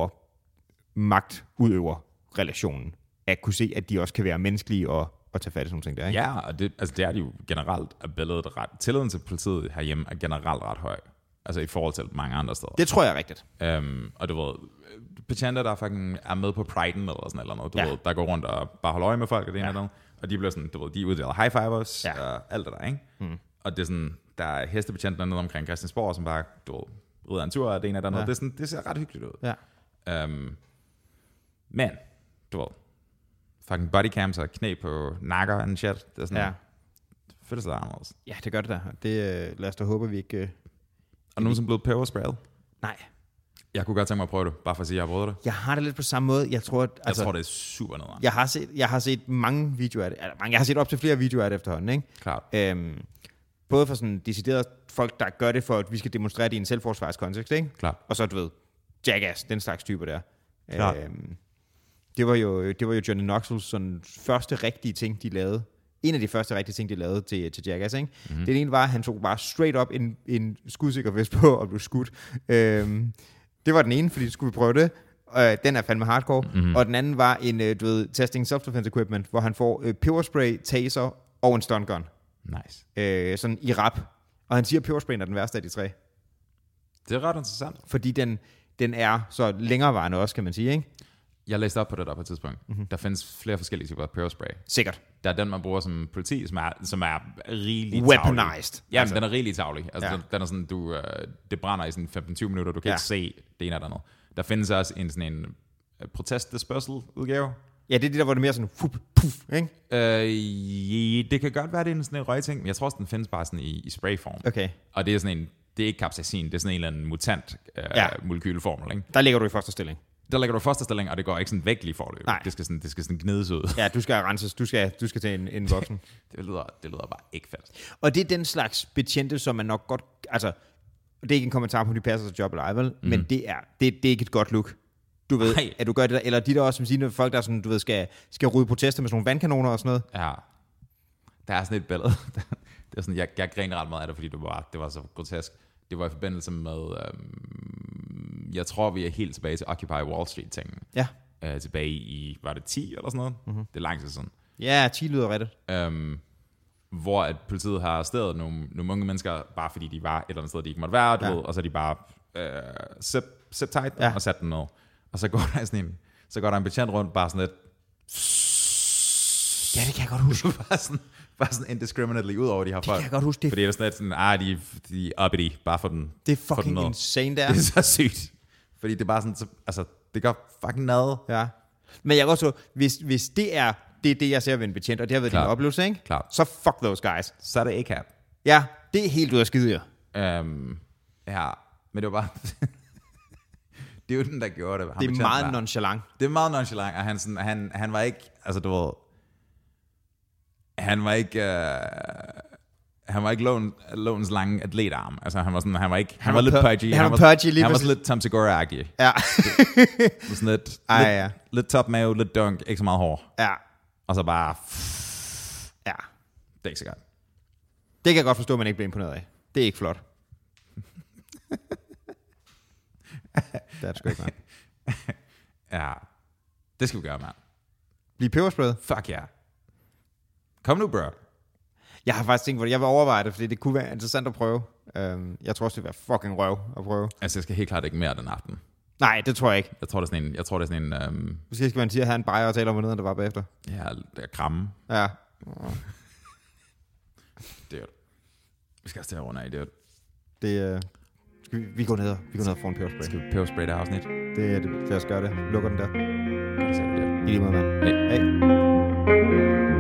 borger-magt-udøver-relationen, at kunne se, at de også kan være menneskelige og, og tage fat i sådan nogle ting der, ikke? Ja, og det, altså det er de jo generelt af billedet ret. Tilliden til politiet herhjemme er generelt ret høj. Altså i forhold til mange andre steder. Det tror jeg er rigtigt. Um, og du ved, betjenter, der fucking er med på Pride'en eller sådan eller noget, du ja. ved, der går rundt og bare holder øje med folk og det ene ja. eller andet. Og de bliver sådan, du ved, de uddeler high fivers ja. og alt det der, ikke? Mm. Og det er sådan, der er hestebetjenter nede omkring Christiansborg, som bare, du ved, rider en tur og det ene eller andet. Ja. Det, er sådan, det ser ret hyggeligt ud. Ja. Um, men, du ved, fucking bodycams og knæ på nakker and shit. Det er sådan, ja. det føles lidt anderledes. Ja, det gør det da. Det, lad os da håbe, vi ikke... Uh, og nogen som blevet pebersprayet? Nej. Jeg kunne godt tænke mig at prøve det, bare for at sige, at jeg har prøvet det. Jeg har det lidt på samme måde. Jeg tror, at, altså, jeg tror det er super nederen. Jeg har set, jeg har set mange videoer af det. Altså, jeg har set op til flere videoer af det efterhånden, ikke? Klart. Øhm, både for sådan deciderede folk, der gør det for, at vi skal demonstrere det i en selvforsvarskontekst, ikke? Klart. Og så, du ved, jackass, den slags typer der. Klart. Øhm, det var jo, det var jo Johnny Knoxvilles sådan første rigtige ting, de lavede. En af de første rigtige ting, de lavede til, til Jackass, ikke? Mm-hmm. Det ene var, at han tog bare straight up en, en skudsikker vest på og blev skudt. Øhm, det var den ene, fordi skulle vi prøve det. Øh, den er fandme hardcore. Mm-hmm. Og den anden var en, øh, du ved, testing self-defense equipment, hvor han får øh, peberspray, taser og en stun gun. Nice. Øh, sådan i rap. Og han siger, at pebersprayen er den værste af de tre. Det er ret interessant. Fordi den, den er så længerevarende også, kan man sige, ikke? Jeg læste op på det der på et tidspunkt. Mm-hmm. Der findes flere forskellige typer peberspray. Sikkert. Der er den, man bruger som politi, som er, som er rigeligt weaponized. Ja, altså. Den er rigeligt tavlig. Altså, ja. den, den er sådan, du, øh, det brænder i sådan femten til tyve minutter, du kan ja. ikke se det ene eller andet. Der findes også en sådan en uh, protest dispersal udgave. Ja, det er det der, hvor det er mere sådan puff, puff, ikke? Øh, det kan godt være, det er en sådan en røgting, men jeg tror også, den findes bare sådan i, i sprayform. Okay. Og det er sådan en, det er ikke capsaicin, det er sådan en eller anden mutant uh, ja. molekylformel, ikke? Der ligger du i første stilling. der lægger du fosterstilling, og det går ikke sådan væk lige forløb. Nej. Det skal sådan, det skal sådan gnides ud. Ja, du skal renses. Du skal, du skal til en, en voksen. det, lyder, det lyder bare ikke fedt. Og det er den slags betjente, som man nok godt... Altså, det er ikke en kommentar på, om de passer sig job eller ej, vel? Mm. Men det er, det, det er ikke et godt look. Du ved, Ej. at du gør det der. Eller de der også, som siger, folk, der sådan, du ved, skal, skal rydde protester med sådan nogle vandkanoner og sådan noget. Ja. Der er sådan et billede. det er sådan, jeg, jeg griner ret meget af det, fordi det var, det var så grotesk. Det var i forbindelse med... Øhm, jeg tror, vi er helt tilbage til Occupy Wall Street-tingen. Ja. Øh, tilbage i... Var det ti eller sådan noget? Mm-hmm. Det er lang tid siden. Ja, ti lyder rigtigt. Øhm, hvor at politiet har arresteret nogle, nogle unge mennesker, bare fordi de var et eller andet sted, de ikke måtte være, du ja. ved, og så er de bare øh, zip, zip tight ja. og sat den ned. Og så går der sådan en, så går der en betjent rundt, bare sådan lidt... Ja, det kan jeg godt huske. bare sådan, bare sådan indiscriminately ud over de her folk. Det kan jeg godt huske. Det. Fordi det er sådan lidt sådan, ah, de, de er uppity, bare for den. Det er fucking insane, der. Det er så sygt. Fordi det er bare sådan, så, altså, det gør fucking noget. Ja. Men jeg kan også så, hvis, hvis det er det, er det, jeg ser ved en betjent, og det har været din oplevelse, ikke? Klart. Så fuck those guys. Så er det A C A B. Ja, det er helt ud af skide, ja. Um, ja, men det var bare... det er jo den, der gjorde det. Han det er meget nonchalant. Det er meget nonchalant, og han, sådan, han, han var ikke... Altså, du ved... Han var ikke... Uh, han var ikke loven, lovens lange atletarm. Altså, han var sådan... Han var ikke... Han, han var, var lidt pudgy. Han, han var pudgy lige Han var sådan lidt Tom Segura-agtig. Ja. det, sådan lidt... Ej, lidt, ja. lidt top mave, lidt dunk, ikke så meget hår. Ja. Og så bare... Ja. Det er ikke så godt. Det kan jeg godt forstå, at man ikke bliver imponeret af. Det er ikke flot. det er det sgu ikke, mand. Ja. Det skal vi gøre, mand. Blive pebersprayet? Fuck ja. Yeah. Kom nu, bro. Jeg har faktisk tænkt på det. Jeg vil overveje det, fordi det kunne være interessant at prøve. Um, jeg tror også, det vil være fucking røv at prøve. Altså, jeg skal helt klart ikke mere den aften. Nej, det tror jeg ikke. Jeg tror, det er sådan en... Jeg tror, det er sådan en um... Måske skal man sige at have en bajer og tale om, hvordan det var bagefter. Ja, det er kramme. Ja. Det er vi skal også til at runde af, det er det. Uh... Skal vi, vi går ned og vi går ned og får en peberspray. Skal vi peberspray det afsnit? Det er det. Lad os gøre det. Lukker den der. Det er det. I lige måde, mand. Hej. Hej.